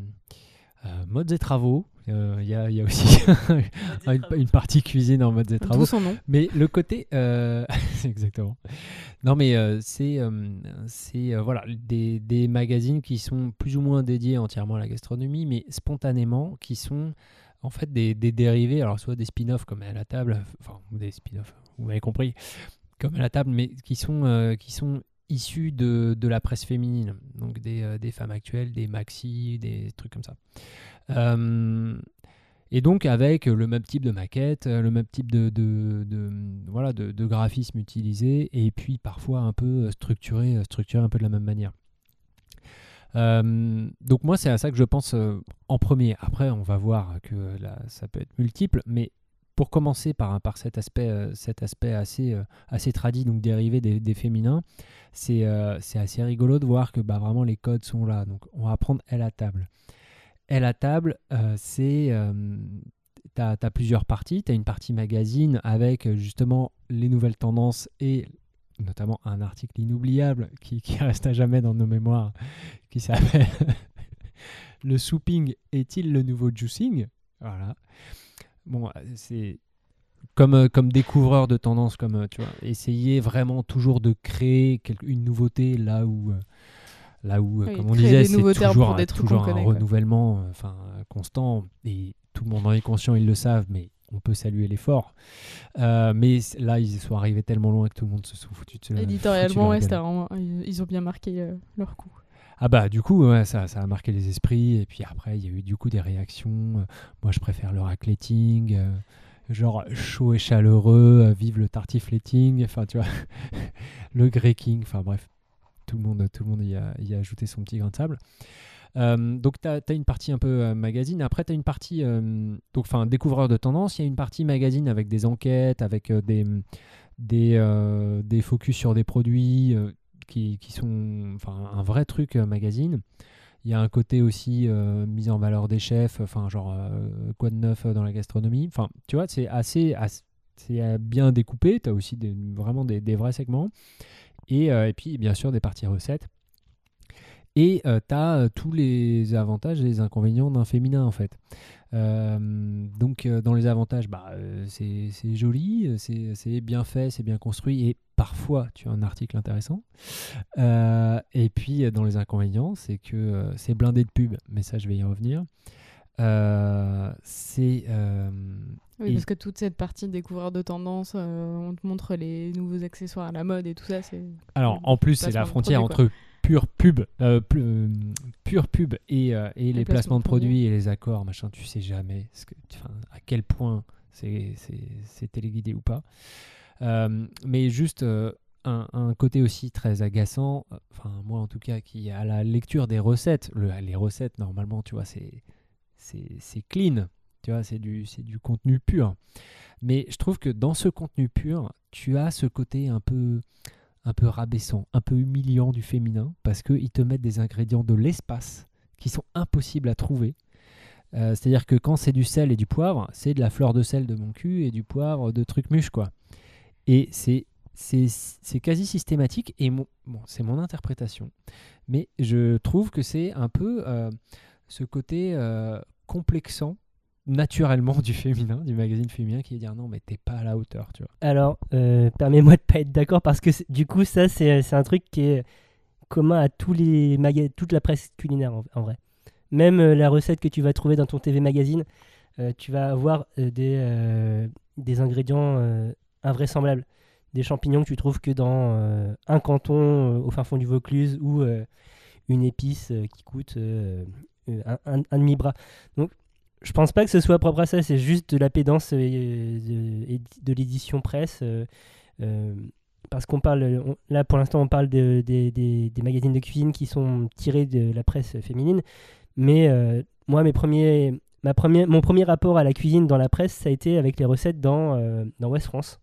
euh, Modes et travaux. Euh, Il y, a, il y a aussi une, une partie cuisine en Modes et travaux. D'où son nom. Mais le côté, euh, exactement. Non, mais euh, c'est, euh, c'est euh, voilà, des, des magazines qui sont plus ou moins dédiés entièrement à la gastronomie, mais spontanément, qui sont en fait des, des dérivés, alors soit des spin-offs comme à la table, enfin des spin-offs, vous m'avez compris, comme à la table, mais qui sont, euh, qui sont issus de, de la presse féminine, donc des, euh, des femmes actuelles, des maxi, des trucs comme ça. Euh, et donc avec le même type de maquette, le même type de, de, de, voilà, de, de graphisme utilisé, et puis parfois un peu structuré, structuré un peu de la même manière. Euh, donc moi, c'est à ça que je pense euh, en premier. Après, on va voir que là, ça peut être multiple, mais pour commencer par, par cet aspect, euh, cet aspect assez, euh, assez tradit, donc dérivé des, des féminins, c'est, euh, c'est assez rigolo de voir que bah, vraiment les codes sont là. Donc on va prendre Elle à table. Elle à table, euh, c'est... Euh, tu as plusieurs parties. Tu as une partie magazine avec euh, justement les nouvelles tendances et notamment un article inoubliable qui, qui reste à jamais dans nos mémoires, qui s'appelle Le souping est-il le nouveau juicing? Voilà. Bon, c'est comme, comme découvreur de tendance, comme tu vois, essayer vraiment toujours de créer quelque, une nouveauté là où, là où oui, comme on disait, c'est toujours, des toujours un connaît, renouvellement enfin, constant et tout le monde en est conscient, ils le savent, mais on peut saluer l'effort. Euh, mais là, ils sont arrivés tellement loin que tout le monde se fout foutu de cela. Éditorialement, ouais, vraiment, ils ont bien marqué euh, leur coup. Ah bah du coup, ouais, ça, ça a marqué les esprits. Et puis après, il y a eu du coup des réactions. Euh, moi, je préfère le racletting. Euh, genre chaud et chaleureux, euh, vive le tartifletting. Enfin, tu vois, le greking. Enfin bref, tout le monde, tout le monde y a, y a ajouté son petit grain de sable. Euh, donc tu as une partie un peu euh, magazine, après tu as une partie euh, donc enfin découvreur de tendance, il y a une partie magazine avec des enquêtes, avec euh, des, des, euh, des focus sur des produits euh, qui, qui sont enfin un vrai truc euh, magazine. Il y a un côté aussi euh, mise en valeur des chefs, enfin genre euh, quoi de neuf dans la gastronomie, enfin tu vois c'est assez, assez c'est bien découpé, tu as aussi des, vraiment des, des vrais segments et, euh, et puis bien sûr des parties recettes. Et euh, tu as euh, tous les avantages et les inconvénients d'un féminin, en fait. Euh, donc, euh, dans les avantages, bah, euh, c'est, c'est joli, c'est, c'est bien fait, c'est bien construit, et parfois, tu as un article intéressant. Euh, et puis, euh, dans les inconvénients, c'est que euh, c'est blindé de pubs, mais ça, je vais y revenir. Euh, c'est... Euh, oui, et... parce que toute cette partie découvreur de tendance, euh, on te montre les nouveaux accessoires à la mode et tout ça, c'est... Alors, en plus, c'est la frontière entre... pure pub, euh, pu, pure pub et, euh, et les, les placements, placements de produits, produits et les accords, machin, tu sais jamais ce que, à quel point c'est, c'est, c'est téléguidé ou pas. Euh, mais juste euh, un, un côté aussi très agaçant, enfin moi en tout cas, qui à la lecture des recettes, le, les recettes normalement, tu vois, c'est, c'est, c'est clean, tu vois, c'est du, c'est du contenu pur. Mais je trouve que dans ce contenu pur, tu as ce côté un peu... un peu rabaissant, un peu humiliant du féminin, parce qu'ils te mettent des ingrédients de l'espace qui sont impossibles à trouver. Euh, c'est-à-dire que quand c'est du sel et du poivre, c'est de la fleur de sel de mon cul et du poivre de truc muche, quoi. Et c'est, c'est, c'est quasi systématique, et mon, bon, c'est mon interprétation. Mais je trouve que c'est un peu euh, ce côté euh, complexant naturellement du féminin, du magazine féminin, qui est dire non mais t'es pas à la hauteur, tu vois. Alors, euh, permets-moi de pas être d'accord parce que du coup ça c'est, c'est un truc qui est commun à tous les maga- toute la presse culinaire en, en vrai. Même euh, la recette que tu vas trouver dans ton T V magazine, euh, tu vas avoir euh, des, euh, des ingrédients euh, invraisemblables. Des champignons que tu trouves que dans euh, un canton euh, au fin fond du Vaucluse ou euh, une épice euh, qui coûte euh, un, un, un demi-bras. Donc je pense pas que ce soit propre à ça, c'est juste de la pédance et de, de l'édition presse. Euh, euh, parce qu'on parle, on, là pour l'instant on parle de, de, de, des magazines de cuisine qui sont tirés de la presse féminine. Mais euh, moi, mes premiers, ma première, mon premier rapport à la cuisine dans la presse, ça a été avec les recettes dans, euh, dans Ouest France.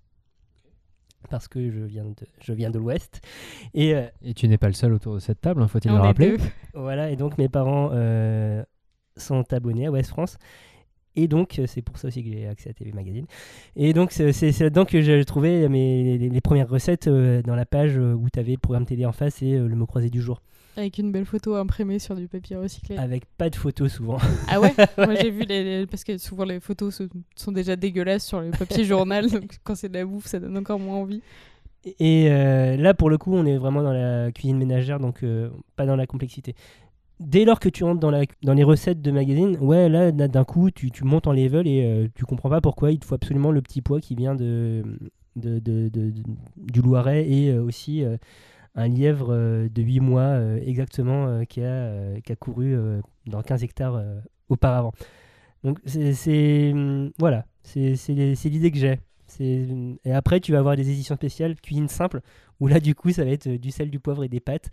Parce que je viens de, je viens de l'Ouest. Et, euh, et tu n'es pas le seul autour de cette table, hein, faut-il le rappeler. Voilà, et donc mes parents... Euh, sont abonnés à Ouest France et donc c'est pour ça aussi que j'ai accès à T V Magazine et donc c'est, c'est, c'est là-dedans que j'ai trouvé mes, les, les premières recettes euh, dans la page où tu avais le programme télé en face et euh, le mot croisé du jour avec une belle photo imprimée sur du papier recyclé avec pas de photos souvent. Ah ouais. Moi j'ai vu les, les, parce que souvent les photos sont déjà dégueulasses sur le papier journal, donc quand c'est de la bouffe ça donne encore moins envie. Et euh, là pour le coup on est vraiment dans la cuisine ménagère, donc euh, pas dans la complexité. Dès lors que tu rentres dans, la, dans les recettes de magazine, ouais, là, d'un coup, tu, tu montes en level et euh, tu comprends pas pourquoi il te faut absolument le petit pois qui vient de, de, de, de, de du Loiret et euh, aussi euh, un lièvre euh, de huit mois euh, exactement euh, qui, a, euh, qui a couru euh, dans quinze hectares euh, auparavant. Donc, c'est, c'est, voilà, c'est, c'est, c'est l'idée que j'ai. C'est... Et après, tu vas avoir des éditions spéciales, cuisine simple, où là, du coup, ça va être euh, du sel, du poivre et des pâtes.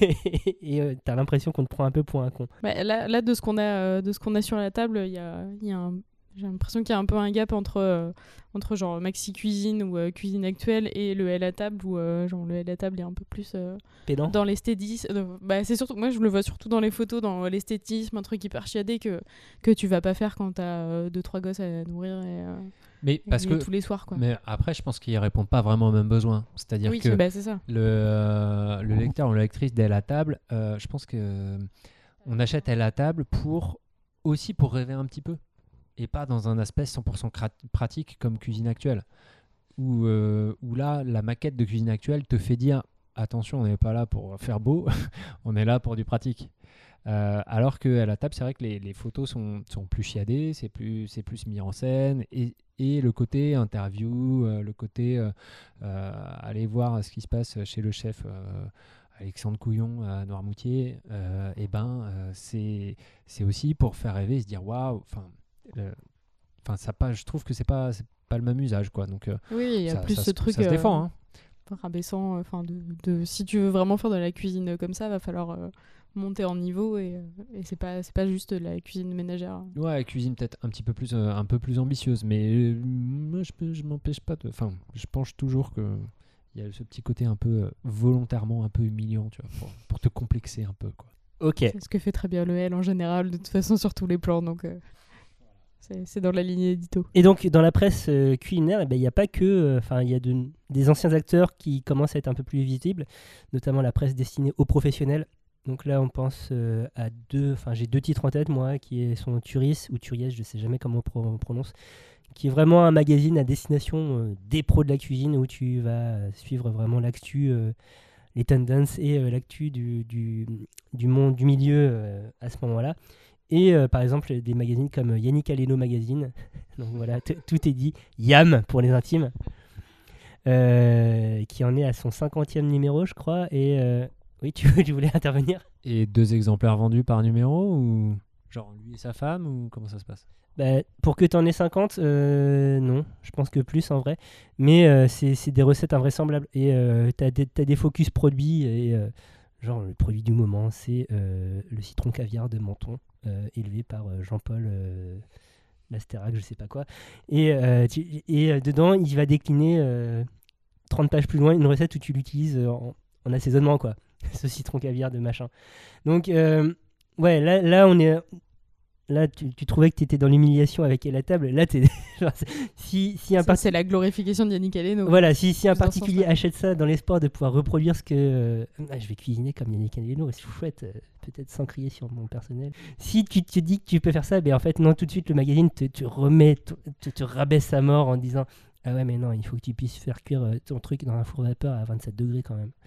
et euh, t'as l'impression qu'on te prend un peu pour un con. Bah, là, là, de ce qu'on a, euh, de ce qu'on a sur la table, il y a, il y a un... j'ai l'impression qu'il y a un peu un gap entre, euh, entre genre Maxi Cuisine ou euh, Cuisine Actuelle et le L à table, où euh, genre, le L à table est un peu plus euh, Pédant. dans l'esthétisme. Euh, bah, c'est surtout, moi, je le vois surtout dans les photos, dans l'esthétisme, un truc hyper chiadé que, que tu vas pas faire quand t'as euh, deux, trois gosses à nourrir et, euh, Mais et parce que, tous les soirs, quoi. mais après, je pense qu'ils répondent pas vraiment aux mêmes besoins. C'est-à-dire Oui, que c'est, bah, c'est ça. le, euh, le lecteur ou la lectrice d'Elle à table, euh, je pense que euh, on achète Elle à table pour aussi pour rêver un petit peu et pas dans un aspect cent pour cent cra- pratique comme Cuisine Actuelle où, euh, où là la maquette de Cuisine Actuelle te fait dire attention, on n'est pas là pour faire beau, on est là pour du pratique. Euh, alors qu'à la table, c'est vrai que les, les photos sont, sont plus chiadées, c'est plus, c'est plus mis en scène et, et le côté interview, euh, le côté euh, euh, aller voir ce qui se passe chez le chef euh, Alexandre Couillon à Noirmoutier, euh, et ben euh, c'est, c'est aussi pour faire rêver et se dire waouh, enfin, enfin ça pas, je trouve que c'est pas, c'est pas le même usage quoi. Donc euh, Oui, il y a ça, plus ça ce se- truc. ça se euh, défend. Hein. rabaissant, enfin de, de si tu veux vraiment faire de la cuisine comme ça, va falloir euh, monter en niveau et, euh, et c'est pas c'est pas juste de la cuisine ménagère. Ouais, la cuisine peut-être un petit peu plus euh, un peu plus ambitieuse, mais euh, moi je peux- je m'empêche pas de, enfin, je pense toujours que il y a ce petit côté un peu euh, volontairement un peu humiliant, tu vois, pour, pour te complexer un peu quoi. Ok. C'est ce que fait très bien le L en général, de toute façon sur tous les plans, donc euh, c'est, c'est dans la lignée édito. Et donc, dans la presse euh, culinaire, eh ben, il n'y a pas que... Enfin, il y a de- des anciens acteurs qui commencent à être un peu plus visibles, notamment la presse destinée aux professionnels. Donc là, on pense euh, à deux... Enfin, j'ai deux titres en tête, moi, qui est- sont Turis ou Turies, je ne sais jamais comment on pro- on prononce, qui est vraiment un magazine à destination euh, des pros de la cuisine, où tu vas euh, suivre vraiment l'actu, euh, les tendances et euh, l'actu du, du, du monde, du milieu euh, à ce moment-là. Et euh, par exemple, des magazines comme Yannick Aleno Magazine. Donc voilà, t- tout est dit. Yam pour les intimes. Euh, qui en est à son cinquantième numéro, je crois. Et euh, oui, tu, tu voulais intervenir? Et deux exemplaires vendus par numéro ou genre lui et sa femme ou comment ça se passe? Bah, pour que tu en aies cinquante, euh, non. Je pense que plus en vrai. Mais euh, c'est, c'est des recettes invraisemblables. Et euh, tu as des, t'as des focus produits. Et euh, genre, le produit du moment, c'est euh, le citron caviar de Menton, euh, élevé par euh, Jean-Paul euh, Lasterac, je sais pas quoi. Et, euh, tu- et euh, dedans, il va décliner euh, trente pages plus loin une recette où tu l'utilises euh, en, en assaisonnement, quoi. Ce citron caviar de machin. Donc, euh, ouais, là, là, on est. Là, tu, tu trouvais que tu étais dans l'humiliation avec la table. Là, t'es. genre, c'est- si, si un Ça, part- c'est la glorification de Yannick Aleno. Voilà, si, si un Plus dans ce particulier sens-là. achète ça dans l'espoir de pouvoir reproduire ce que. euh, Ah, je vais cuisiner comme Yannick Aleno, c'est chouette, euh, peut-être sans crier sur mon personnel. Si tu te dis que tu peux faire ça, ben en fait, non, tout de suite, le magazine te, te remet, te, te- te rabaisse à mort en disant ah ouais, mais non, il faut que tu puisses faire cuire euh, ton truc dans un four vapeur à vingt-sept degrés quand même.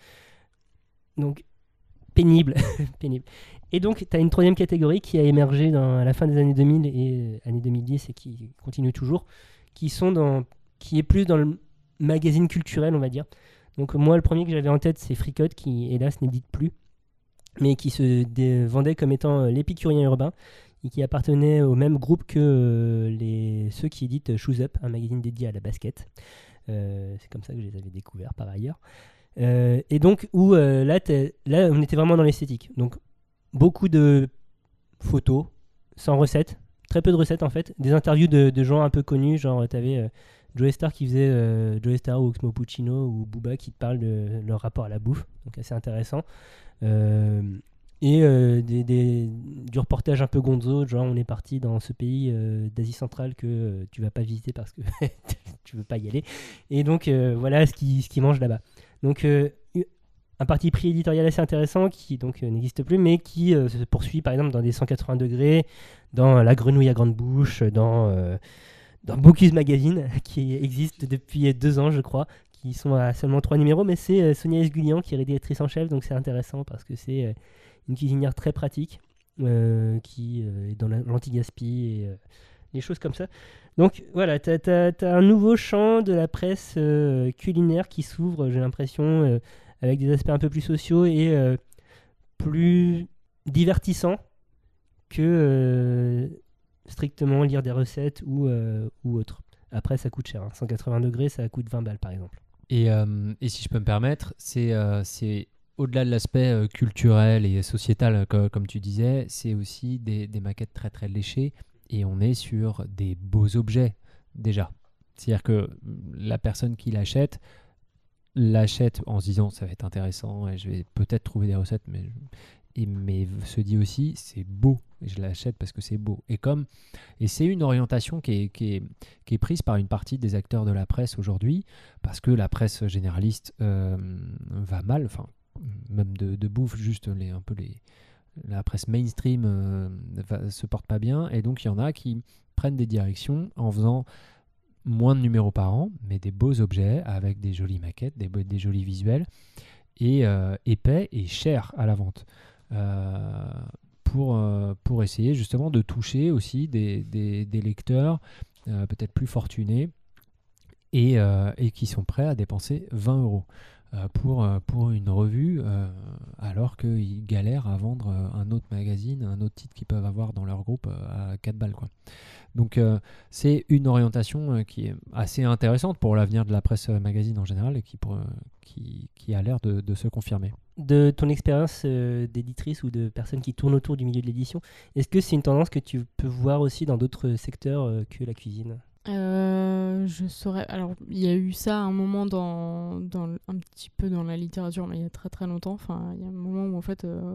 Donc, pénible. pénible. Et donc, tu as une troisième catégorie qui a émergé dans, à la fin des années deux mille et euh, années deux mille dix et qui continue toujours, qui, sont dans, qui est plus dans le magazine culturel, on va dire. Donc, moi, le premier que j'avais en tête, c'est Fricotte, qui, hélas, n'édite plus, mais qui se dé- vendait comme étant euh, l'épicurien urbain et qui appartenait au même groupe que euh, les, ceux qui éditent Shoes Up, un magazine dédié à la basket. Euh, c'est comme ça que je les avais découverts par ailleurs. Euh, et donc, où euh, là, t'es- là, on était vraiment dans l'esthétique. Donc, beaucoup de photos, sans recettes, très peu de recettes en fait, des interviews de, de gens un peu connus, genre tu avais euh, Joey Star qui faisait euh, Joey Star ou Oxmo Puccino ou Booba qui te parle de leur rapport à la bouffe, donc assez intéressant. Euh, et euh, des, des- du reportage un peu gonzo, genre on est parti dans ce pays euh, d'Asie centrale que euh, tu vas pas visiter parce que tu veux pas y aller. Et donc euh, voilà ce qu'ils ce qu'ils mangent là-bas. Donc euh, un parti pris éditorial assez intéressant qui donc euh, n'existe plus, mais qui euh, se poursuit par exemple dans des cent quatre-vingts degrés, dans La Grenouille à grande bouche, dans, euh, dans Bocuse Magazine, qui existe depuis deux ans, je crois, qui sont à seulement trois numéros, mais c'est euh, Sonia Esgulian qui est rédactrice en chef, donc c'est intéressant parce que c'est euh, une cuisinière très pratique, euh, qui euh, est dans la- l'anti-gaspi et euh, des choses comme ça. Donc voilà, t'as, t'as- t'as un nouveau champ de la presse euh, culinaire qui s'ouvre, j'ai l'impression, euh, avec des aspects un peu plus sociaux et euh, plus divertissants que euh, strictement lire des recettes ou, euh, ou autre. Après, ça coûte cher. hein. cent quatre-vingts degrés, ça coûte vingt balles, par exemple. Et, euh, et si je peux me permettre, c'est, euh, c'est au-delà de l'aspect euh, culturel et sociétal, co- comme tu disais, c'est aussi des, des maquettes très très léchées et on est sur des beaux objets déjà. C'est-à-dire que la personne qui l'achète, l'achète en se disant ça va être intéressant et je vais peut-être trouver des recettes, mais, et, mais se dit aussi c'est beau et je l'achète parce que c'est beau. Et, comme, et c'est une orientation qui est, qui, est, qui est prise par une partie des acteurs de la presse aujourd'hui parce que la presse généraliste euh, va mal, enfin même de, de bouffe, juste les, un peu les, la presse mainstream euh, va, se porte pas bien et donc il y en a qui prennent des directions en faisant moins de numéros par an, mais des beaux objets avec des jolies maquettes, des, des jolis visuels et euh, épais et chers à la vente euh, pour, euh, pour essayer justement de toucher aussi des, des, des lecteurs euh, peut-être plus fortunés et, euh, et qui sont prêts à dépenser vingt euros euh, pour, euh, pour une revue euh, alors qu'ils galèrent à vendre euh, un autre magazine, un autre titre qu'ils peuvent avoir dans leur groupe euh, à quatre balles quoi. Donc euh, c'est une orientation euh, qui est assez intéressante pour l'avenir de la presse euh, magazine en général et qui, pour, euh, qui, qui a l'air de, de se confirmer. De ton expérience euh, d'éditrice ou de personnes qui tournent autour du milieu de l'édition, est-ce que c'est une tendance que tu peux voir aussi dans d'autres secteurs euh, que la cuisine ? Euh, je saurais. Alors, il y a eu ça à un moment dans, dans le- un petit peu dans la littérature, mais il y a très très longtemps. Enfin, il y a un moment où en fait euh,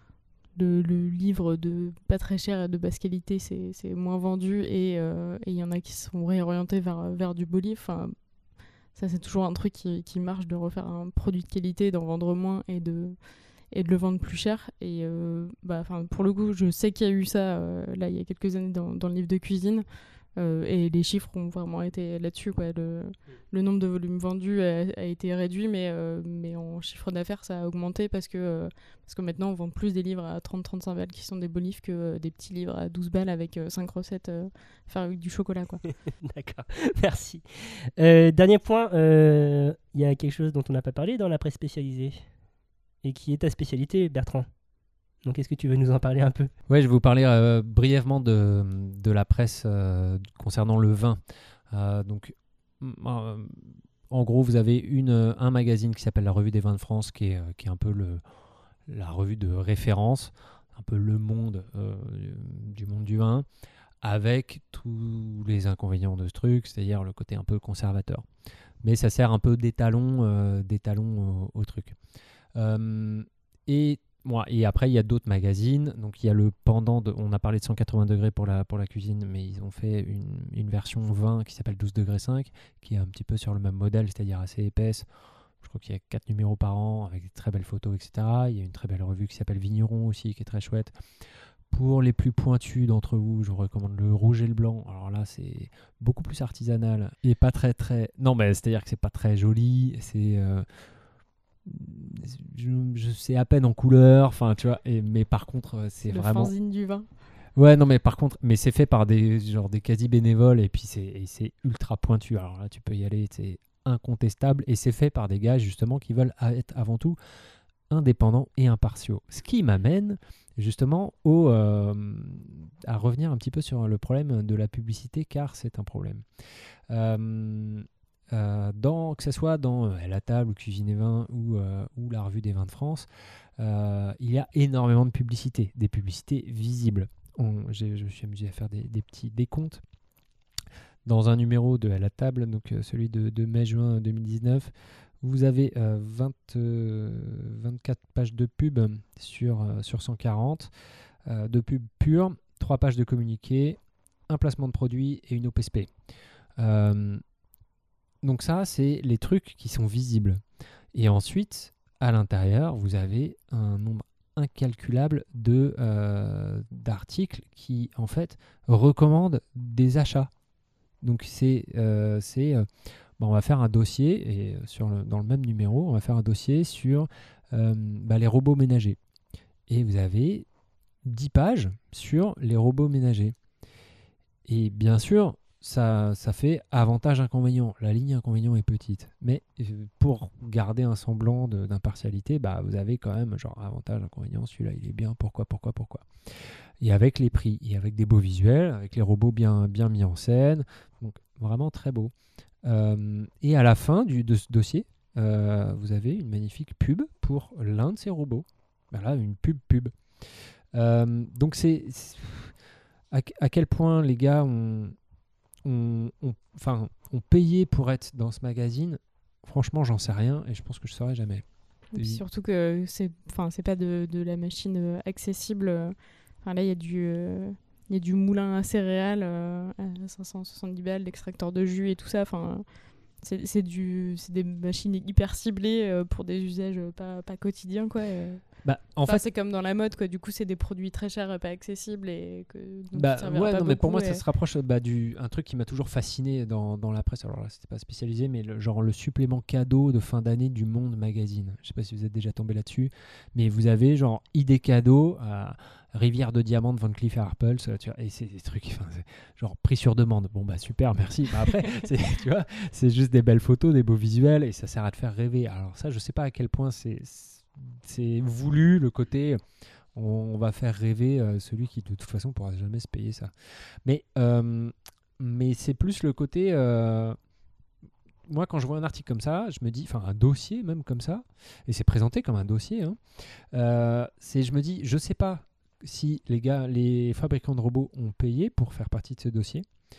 le, le livre de pas très cher et de basse qualité, c'est c'est moins vendu et euh, et il y en a qui se sont réorientés vers vers du beau livre. Enfin, ça c'est toujours un truc qui, qui marche de refaire un produit de qualité, d'en vendre moins et de et de le vendre plus cher. Et euh, bah, enfin, pour le coup, je sais qu'il y a eu ça euh, là il y a quelques années dans, dans le livre de cuisine. Euh, et les chiffres ont vraiment été là-dessus, quoi. Le, le nombre de volumes vendus a, a été réduit, mais, euh, mais en chiffre d'affaires, ça a augmenté parce que, euh, parce que maintenant, on vend plus des livres à trente à trente-cinq balles qui sont des beaux livres que euh, des petits livres à douze balles avec euh, cinq recettes euh, faire avec du chocolat, quoi. D'accord, merci. Euh, dernier point, euh, il y a quelque chose dont on n'a pas parlé dans la presse spécialisée et qui est ta spécialité, Bertrand. Donc, est-ce que tu veux nous en parler un peu ? Ouais, je vais vous parler euh, brièvement de, de la presse euh, concernant le vin. Euh, donc, euh, en gros, vous avez une, un magazine qui s'appelle la Revue des Vins de France, qui est, euh, qui est un peu le, la revue de référence, un peu le monde euh, du monde du vin, avec tous les inconvénients de ce truc, c'est-à-dire le côté un peu conservateur. Mais ça sert un peu d'étalon, euh, d'étalon au, au truc. Euh, et Moi, et après, il y a d'autres magazines. Donc, il y a le pendant, de, on a parlé de cent quatre-vingts degrés pour la, pour la cuisine, mais ils ont fait une, une version vingt qui s'appelle douze degrés cinq, qui est un petit peu sur le même modèle, c'est-à-dire assez épaisse. Je crois qu'il y a quatre numéros par an, avec des très belles photos, et cetera. Il y a une très belle revue qui s'appelle Vigneron aussi, qui est très chouette. Pour les plus pointus d'entre vous, je vous recommande le rouge et le blanc. Alors là, c'est beaucoup plus artisanal et pas très, très... Non, mais c'est-à-dire que c'est pas très joli, c'est... Euh... Je, je sais à peine en couleur, enfin tu vois, et, mais par contre c'est le vraiment fanzine du vin. ouais non mais par contre mais c'est fait par des genre des quasi bénévoles et puis c'est et c'est ultra pointu. Alors là tu peux y aller, c'est incontestable et c'est fait par des gars justement qui veulent être avant tout indépendants et impartiaux. Ce qui m'amène justement au euh, à revenir un petit peu sur le problème de la publicité, car c'est un problème. Euh, Euh, dans, que ce soit dans euh, La Table ou Cuisine et Vin ou, euh, ou la Revue des Vins de France, euh, il y a énormément de publicités, des publicités visibles. On, j'ai, je me suis amusé à faire des, des petits décomptes. Dans un numéro de La Table, donc euh, celui de, de mai-juin deux mille dix-neuf, vous avez euh, vingt, euh, vingt-quatre pages de pub sur, euh, sur cent quarante, euh, de pub pure, trois pages de communiqué, un placement de produit et une O P S P. Euh, Donc ça, c'est les trucs qui sont visibles. Et ensuite, à l'intérieur, vous avez un nombre incalculable de, euh, d'articles qui, en fait, recommandent des achats. Donc c'est... Euh, c'est euh, bon, on va faire un dossier, et sur le, dans le même numéro, on va faire un dossier sur euh, bah, les robots ménagers. Et vous avez dix pages sur les robots ménagers. Et bien sûr... Ça, ça fait avantage-inconvénient. La ligne inconvénient est petite. Mais pour garder un semblant de, d'impartialité, bah, vous avez quand même genre avantage-inconvénient. Celui-là, il est bien. Pourquoi, pourquoi, pourquoi. Et avec les prix, et avec des beaux visuels, avec les robots bien, bien mis en scène. Donc vraiment très beau. Euh, et à la fin du, de ce dossier, euh, vous avez une magnifique pub pour l'un de ces robots. Voilà, une pub pub. Euh, donc c'est, c'est à, à quel point les gars ont, ont, ont, enfin, ont payé pour être dans ce magazine. Franchement, j'en sais rien et je pense que je saurais jamais. Et puis surtout que c'est, enfin, c'est pas de, de la machine euh, accessible. Enfin, là, il y a du, euh, il y a du moulin à céréales euh, à cinq cent soixante-dix balles, l'extracteur de jus et tout ça. Enfin, c'est, c'est du, c'est des machines hyper ciblées euh, pour des usages pas, pas quotidiens, quoi. Euh. Bah, en Enfin, fait, c'est comme dans la mode, quoi. Du coup, c'est des produits très chers, pas accessibles et que donc, bah, ça servira ouais, pas non, mais pour beaucoup, moi, et... ça se rapproche bah, du un truc qui m'a toujours fasciné dans, dans la presse. Alors là, c'était pas spécialisé, mais le, genre le supplément cadeau de fin d'année du Monde Magazine. Je sais pas si vous êtes déjà tombé là-dessus, mais vous avez genre idée cadeau à Rivière de Diamants de Van Cleef et Arpels, tu vois, et c'est des trucs, enfin, c'est genre prix sur demande. Bon bah super, merci. Bah, après, c'est, tu vois, c'est juste des belles photos, des beaux visuels, et ça sert à te faire rêver. Alors ça, je sais pas à quel point c'est c'est voulu le côté. On va faire rêver euh, celui qui de toute façon ne pourra jamais se payer ça. Mais, euh, mais c'est plus le côté... Euh, moi, quand je vois un article comme ça, je me dis... Enfin, un dossier même comme ça, et c'est présenté comme un dossier, hein, euh, c'est, je me dis, je ne sais pas si les gars, les fabricants de robots ont payé pour faire partie de ce dossier,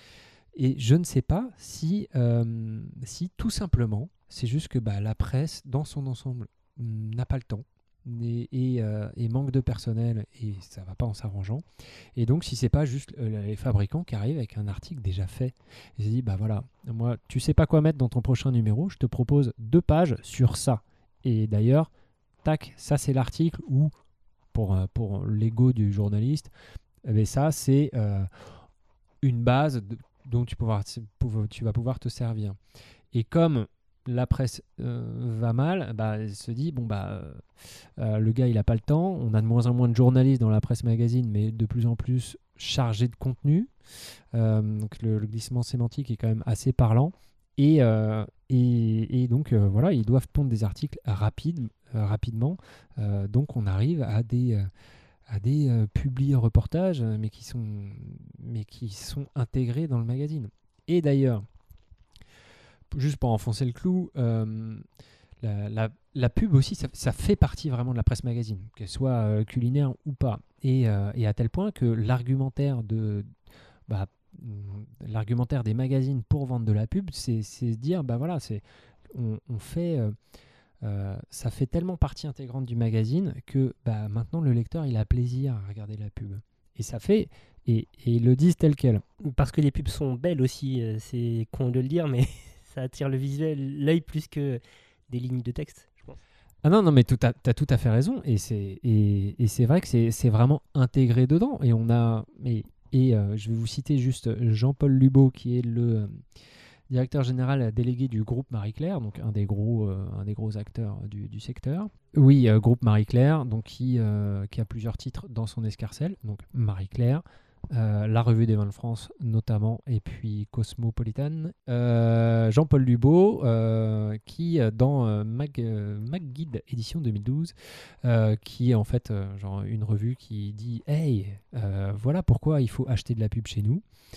et je ne sais pas si, euh, si tout simplement, c'est juste que bah, la presse, dans son ensemble, n'a pas le temps. Et, et, euh, et manque de personnel et ça va pas en s'arrangeant, et donc si c'est pas juste euh, les fabricants qui arrivent avec un article déjà fait et se disent bah voilà, moi tu sais pas quoi mettre dans ton prochain numéro, je te propose deux pages sur ça, et d'ailleurs tac, ça c'est l'article où pour, euh, pour l'ego du journaliste, eh bien, ça c'est euh, une base de, dont tu, pouvoir, tu vas pouvoir te servir. Et comme la presse euh, va mal, bah, elle se dit bon bah euh, euh, le gars il a pas le temps, on a de moins en moins de journalistes dans la presse magazine, mais de plus en plus chargés de contenu, euh, donc le, le glissement sémantique est quand même assez parlant, et, euh, et, et donc euh, voilà, ils doivent pondre des articles rapides, euh, rapidement, euh, donc on arrive à des euh, à des euh, publi-reportages, mais qui sont mais qui sont intégrés dans le magazine. Et d'ailleurs, juste pour enfoncer le clou, euh, la, la, la pub aussi, ça, ça fait partie vraiment de la presse magazine, qu'elle soit euh, culinaire ou pas. Et, euh, et à tel point que l'argumentaire, de, bah, l'argumentaire des magazines pour vendre de la pub, c'est, c'est dire, bah voilà, c'est, on, on fait, euh, euh, ça fait tellement partie intégrante du magazine que bah, maintenant le lecteur il a plaisir à regarder la pub. Et ça fait, et, et ils le disent tel quel. Parce que les pubs sont belles aussi, euh, c'est con de le dire, mais... ça attire le visuel, l'œil plus que des lignes de texte, je pense. Ah non, non, mais tu as tout à fait raison. Et c'est, et, et c'est vrai que c'est, c'est vraiment intégré dedans. Et on a. Et, et euh, je vais vous citer juste Jean-Paul Lubot, qui est le euh, directeur général délégué du groupe Marie-Claire, donc un des gros, euh, un des gros acteurs du, du secteur. Oui, euh, groupe Marie-Claire, donc qui, euh, qui a plusieurs titres dans son escarcelle. Donc Marie-Claire. Euh, la Revue des Vins de France notamment, et puis Cosmopolitan. Euh, Jean-Paul Lubot, euh, qui dans euh, Mag, euh, Mag Guide édition deux mille douze, euh, qui est en fait euh, genre une revue qui dit « Hey, euh, voilà pourquoi il faut acheter de la pub chez nous »,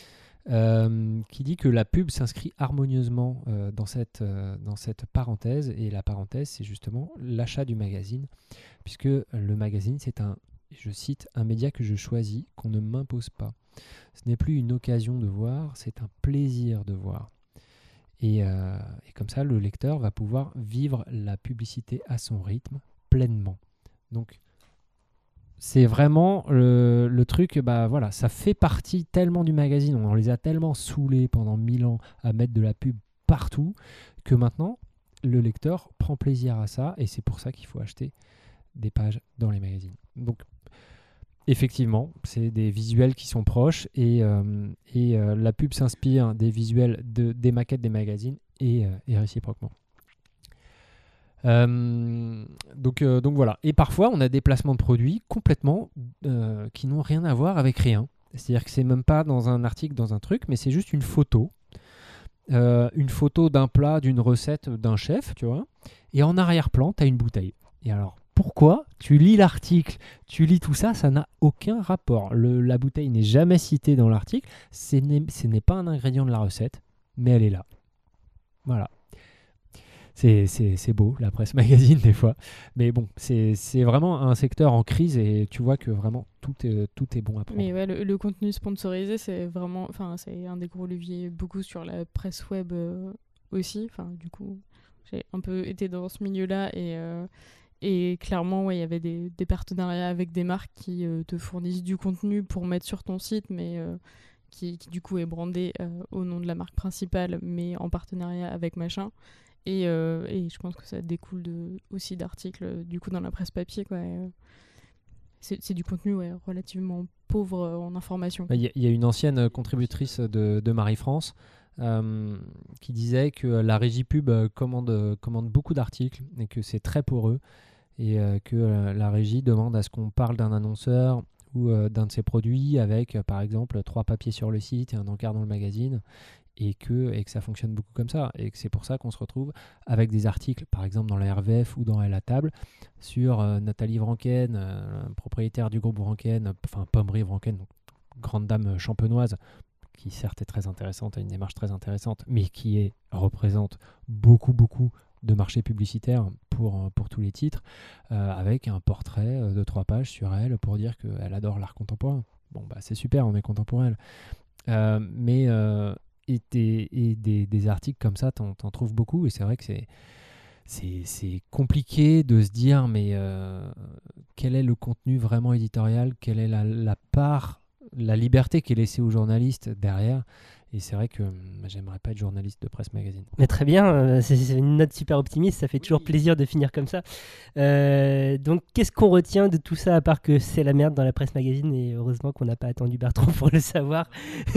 euh, qui dit que la pub s'inscrit harmonieusement euh, dans, cette, euh, dans cette parenthèse, et la parenthèse c'est justement l'achat du magazine, puisque le magazine c'est un, je cite, un média que je choisis, qu'on ne m'impose pas. Ce n'est plus une occasion de voir, c'est un plaisir de voir. Et, euh, et comme ça, le lecteur va pouvoir vivre la publicité à son rythme, pleinement. Donc, c'est vraiment le, le truc, bah voilà, ça fait partie tellement du magazine, on les a tellement saoulés pendant mille ans à mettre de la pub partout, que maintenant, le lecteur prend plaisir à ça, et c'est pour ça qu'il faut acheter des pages dans les magazines. Donc, effectivement, c'est des visuels qui sont proches, et, euh, et euh, la pub s'inspire des visuels de, des maquettes des magazines, et, euh, et réciproquement. Euh, donc, euh, donc voilà. Et parfois, on a des placements de produits complètement euh, qui n'ont rien à voir avec rien. C'est-à-dire que c'est même pas dans un article, dans un truc, mais c'est juste une photo. Euh, une photo d'un plat, d'une recette, d'un chef, tu vois. Et en arrière-plan, tu as une bouteille. Et alors, pourquoi tu lis l'article, tu lis tout ça, ça n'a aucun rapport. Le, la bouteille n'est jamais citée dans l'article, ce n'est, ce n'est pas un ingrédient de la recette. mais elle est là. Voilà. C'est, c'est, c'est beau, la presse magazine, des fois. Mais bon, c'est, c'est vraiment un secteur en crise et tu vois que vraiment tout est, tout est bon à prendre. Mais ouais, le, le contenu sponsorisé, c'est vraiment, enfin, c'est un des gros leviers, beaucoup sur la presse web euh, aussi. Enfin, du coup, j'ai un peu été dans ce milieu-là et, euh, et clairement, ouais, il y avait des, des partenariats avec des marques qui euh, te fournissent du contenu pour mettre sur ton site, mais euh, qui, qui du coup est brandé euh, au nom de la marque principale, mais en partenariat avec machin. Et, euh, et je pense que ça découle de, aussi d'articles euh, du coup dans la presse papier, quoi. Et, euh, c'est, c'est du contenu ouais, relativement pauvre euh, en information. Il y, a- il y a une ancienne contributrice de, de Marie-France euh, qui disait que la régie pub euh, commande, euh, commande beaucoup d'articles et que c'est très poreux et euh, que euh, la régie demande à ce qu'on parle d'un annonceur ou euh, d'un de ses produits avec euh, par exemple trois papiers sur le site et un encart dans le magazine et que, et que ça fonctionne beaucoup comme ça et que c'est pour ça qu'on se retrouve avec des articles par exemple dans la R V F ou dans Elle à table sur euh, Nathalie Vranken, euh, propriétaire du groupe Vranken, enfin Pommery Vranken, donc grande dame champenoise qui certes est très intéressante, a une démarche très intéressante, mais qui est, représente beaucoup beaucoup de marchés publicitaires pour, pour tous les titres, euh, avec un portrait euh, de trois pages sur elle pour dire qu'elle adore l'art contemporain. Bon bah c'est super, on est content pour elle. Euh, mais euh, et, des, et des, des articles comme ça, t'en, t'en trouves beaucoup et c'est vrai que c'est, c'est, c'est compliqué de se dire mais euh, quel est le contenu vraiment éditorial, quelle est la, la part, la liberté qui est laissée aux journalistes derrière. Et c'est vrai que euh, j'aimerais pas être journaliste de presse magazine. Mais très bien, euh, c'est, c'est une note super optimiste, ça fait toujours plaisir de finir comme ça. Euh, donc qu'est-ce qu'on retient de tout ça à part que c'est la merde dans la presse magazine et heureusement qu'on n'a pas attendu Bertrand pour le savoir.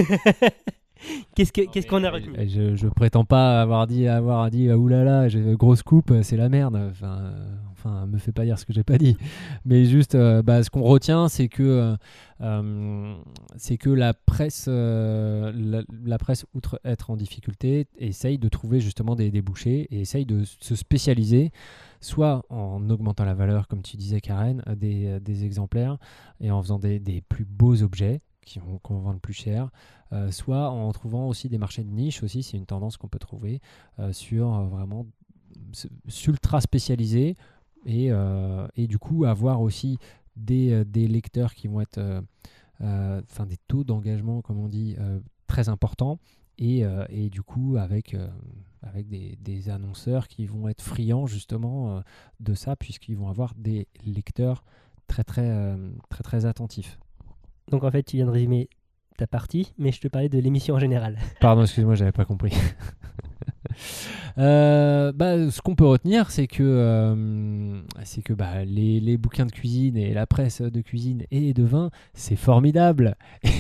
Qu'est-ce, que, qu'est-ce qu'on a retenu? Je, je prétends pas avoir dit, avoir dit ah, oulala, j'ai grosse coupe, c'est la merde. Enfin, euh, enfin, me fais pas dire ce que j'ai pas dit. Mais juste, euh, bah, ce qu'on retient, c'est que, euh, c'est que la presse, euh, la, la presse, outre être en difficulté, essaye de trouver justement des débouchés et essaye de se spécialiser, soit en augmentant la valeur, comme tu disais, Karen, des, des exemplaires et en faisant des, des plus beaux objets qui vont, qu'on vend le plus cher, euh, soit en trouvant aussi des marchés de niche aussi, c'est une tendance qu'on peut trouver euh, sur euh, vraiment ultra spécialisé et, euh, et du coup avoir aussi des, euh, des lecteurs qui vont être euh, euh, enfin des taux d'engagement comme on dit euh, très importants et, euh, et du coup avec, euh, avec des, des annonceurs qui vont être friands justement euh, de ça puisqu'ils vont avoir des lecteurs très très, euh, très, très attentifs. Donc en fait, tu viens de résumer ta partie, mais je te parlais de l'émission en général. Pardon, excuse-moi, j'avais pas compris. euh, bah, ce qu'on peut retenir, c'est que, euh, c'est que bah, les, les bouquins de cuisine et la presse de cuisine et de vin, c'est formidable.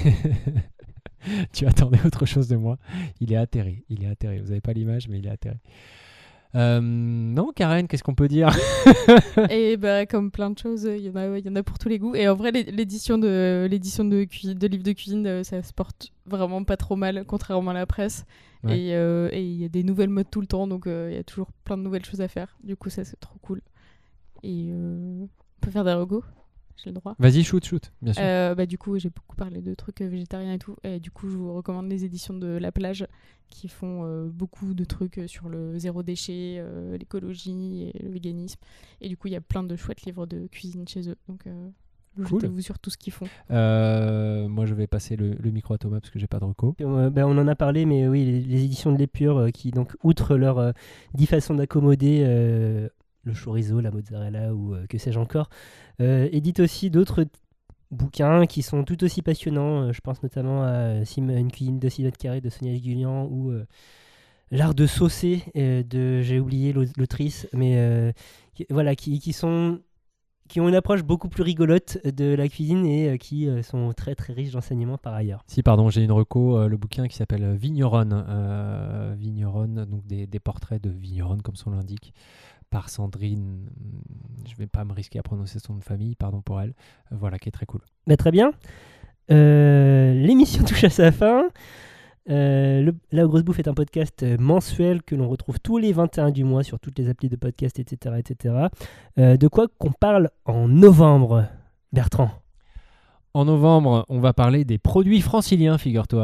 Tu attendais autre chose de moi. Il est atterré, il est atterré. Vous n'avez pas l'image, mais il est atterré. Euh, non, Karen, qu'est-ce qu'on peut dire? Et bah, comme plein de choses, il y en a, il y en a pour tous les goûts. Et en vrai, l'édition de, l'édition de, cui- de livres de cuisine, ça se porte vraiment pas trop mal, contrairement à la presse. Ouais. Et euh, et il y a des nouvelles modes tout le temps, donc euh, il y a toujours plein de nouvelles choses à faire. Du coup, ça, c'est trop cool. Et euh, on peut faire des regos, j'ai le droit. Vas-y, shoot, shoot, bien sûr. Euh, bah, du coup, j'ai beaucoup parlé de trucs euh, végétariens et tout. Et du coup, je vous recommande les éditions de La Plage qui font euh, beaucoup de trucs euh, sur le zéro déchet, euh, l'écologie et le véganisme. Et du coup, il y a plein de chouettes livres de cuisine chez eux. Donc, euh, Cool. jetez-vous sur tout ce qu'ils font. Euh, moi, je vais passer le, le micro à Thomas parce que j'ai pas de reco. Euh, ben, on en a parlé, mais oui, les, les éditions de l'Épure euh, qui, donc, outre leurs euh, dix façons d'accommoder euh, le chorizo, la mozzarella ou euh, que sais-je encore, euh, éditent aussi d'autres t- bouquins qui sont tout aussi passionnants. Euh, je pense notamment à euh, Sim- Une cuisine de six mètres carrés de Sonia Guillian ou euh, L'art de saucer euh, de, j'ai oublié l'au- l'autrice, mais euh, qui, voilà, qui, qui sont qui ont une approche beaucoup plus rigolote de la cuisine et euh, qui euh, sont très très riches d'enseignements par ailleurs. Si, pardon, j'ai une reco, euh, le bouquin qui s'appelle Vigneronne. Euh, Vigneronne, donc des, des portraits de vigneronne, comme son l'indique, par Sandrine. Je vais pas me risquer à prononcer son nom de famille, pardon pour elle. Euh, voilà, qui est très cool. Bah, très bien. Euh, l'émission touche à sa fin. Euh, le, La Grosse Bouffe est un podcast euh, mensuel que l'on retrouve tous les vingt et un du mois sur toutes les applis de podcast, et cetera et cetera. Euh, de quoi qu'on parle en novembre, Bertrand? En novembre, on va parler des produits franciliens, figure-toi.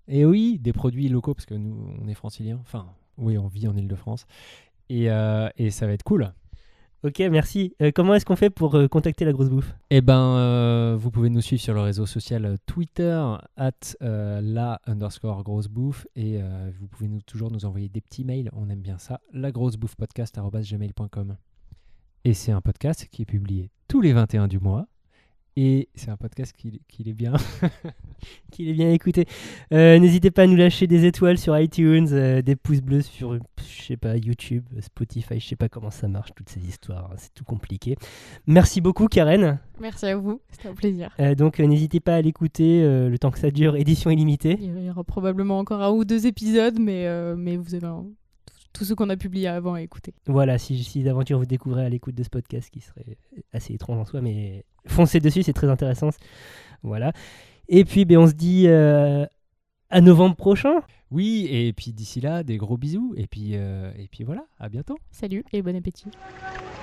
Et oui, des produits locaux, parce que nous, on est franciliens. Enfin, oui, on vit en Ile-de-France. Et, euh, et ça va être cool. Ok, merci. Euh, comment est-ce qu'on fait pour euh, contacter la grosse bouffe? Eh ben, euh, vous pouvez nous suivre sur le réseau social euh, Twitter, at euh, la underscore grosse bouffe. Et euh, vous pouvez nous, toujours nous envoyer des petits mails. On aime bien ça. lagrossebouffepodcast arobase gmail point com. Et c'est un podcast qui est publié tous les vingt et un du mois. Et c'est un podcast qui, qui est bien. Qu'il est bien écouté. Euh, n'hésitez pas à nous lâcher des étoiles sur iTunes, euh, des pouces bleus sur, je sais pas, YouTube, Spotify, je sais pas comment ça marche, toutes ces histoires, hein, c'est tout compliqué. Merci beaucoup, Karen. Merci à vous, c'était un plaisir. Euh, donc, euh, n'hésitez pas à l'écouter euh, le temps que ça dure, édition illimitée. Il y aura probablement encore un ou deux épisodes, mais, euh, mais vous avez un- tout ce qu'on a publié avant à écouter. Voilà, si, si d'aventure vous découvrez à l'écoute de ce podcast, qui serait assez étrange en soi, mais foncez dessus, c'est très intéressant. Voilà. Et puis, ben, on se dit euh, à novembre prochain. Oui, et puis d'ici là, des gros bisous. Et puis, euh, et puis voilà, à bientôt. Salut et bon appétit.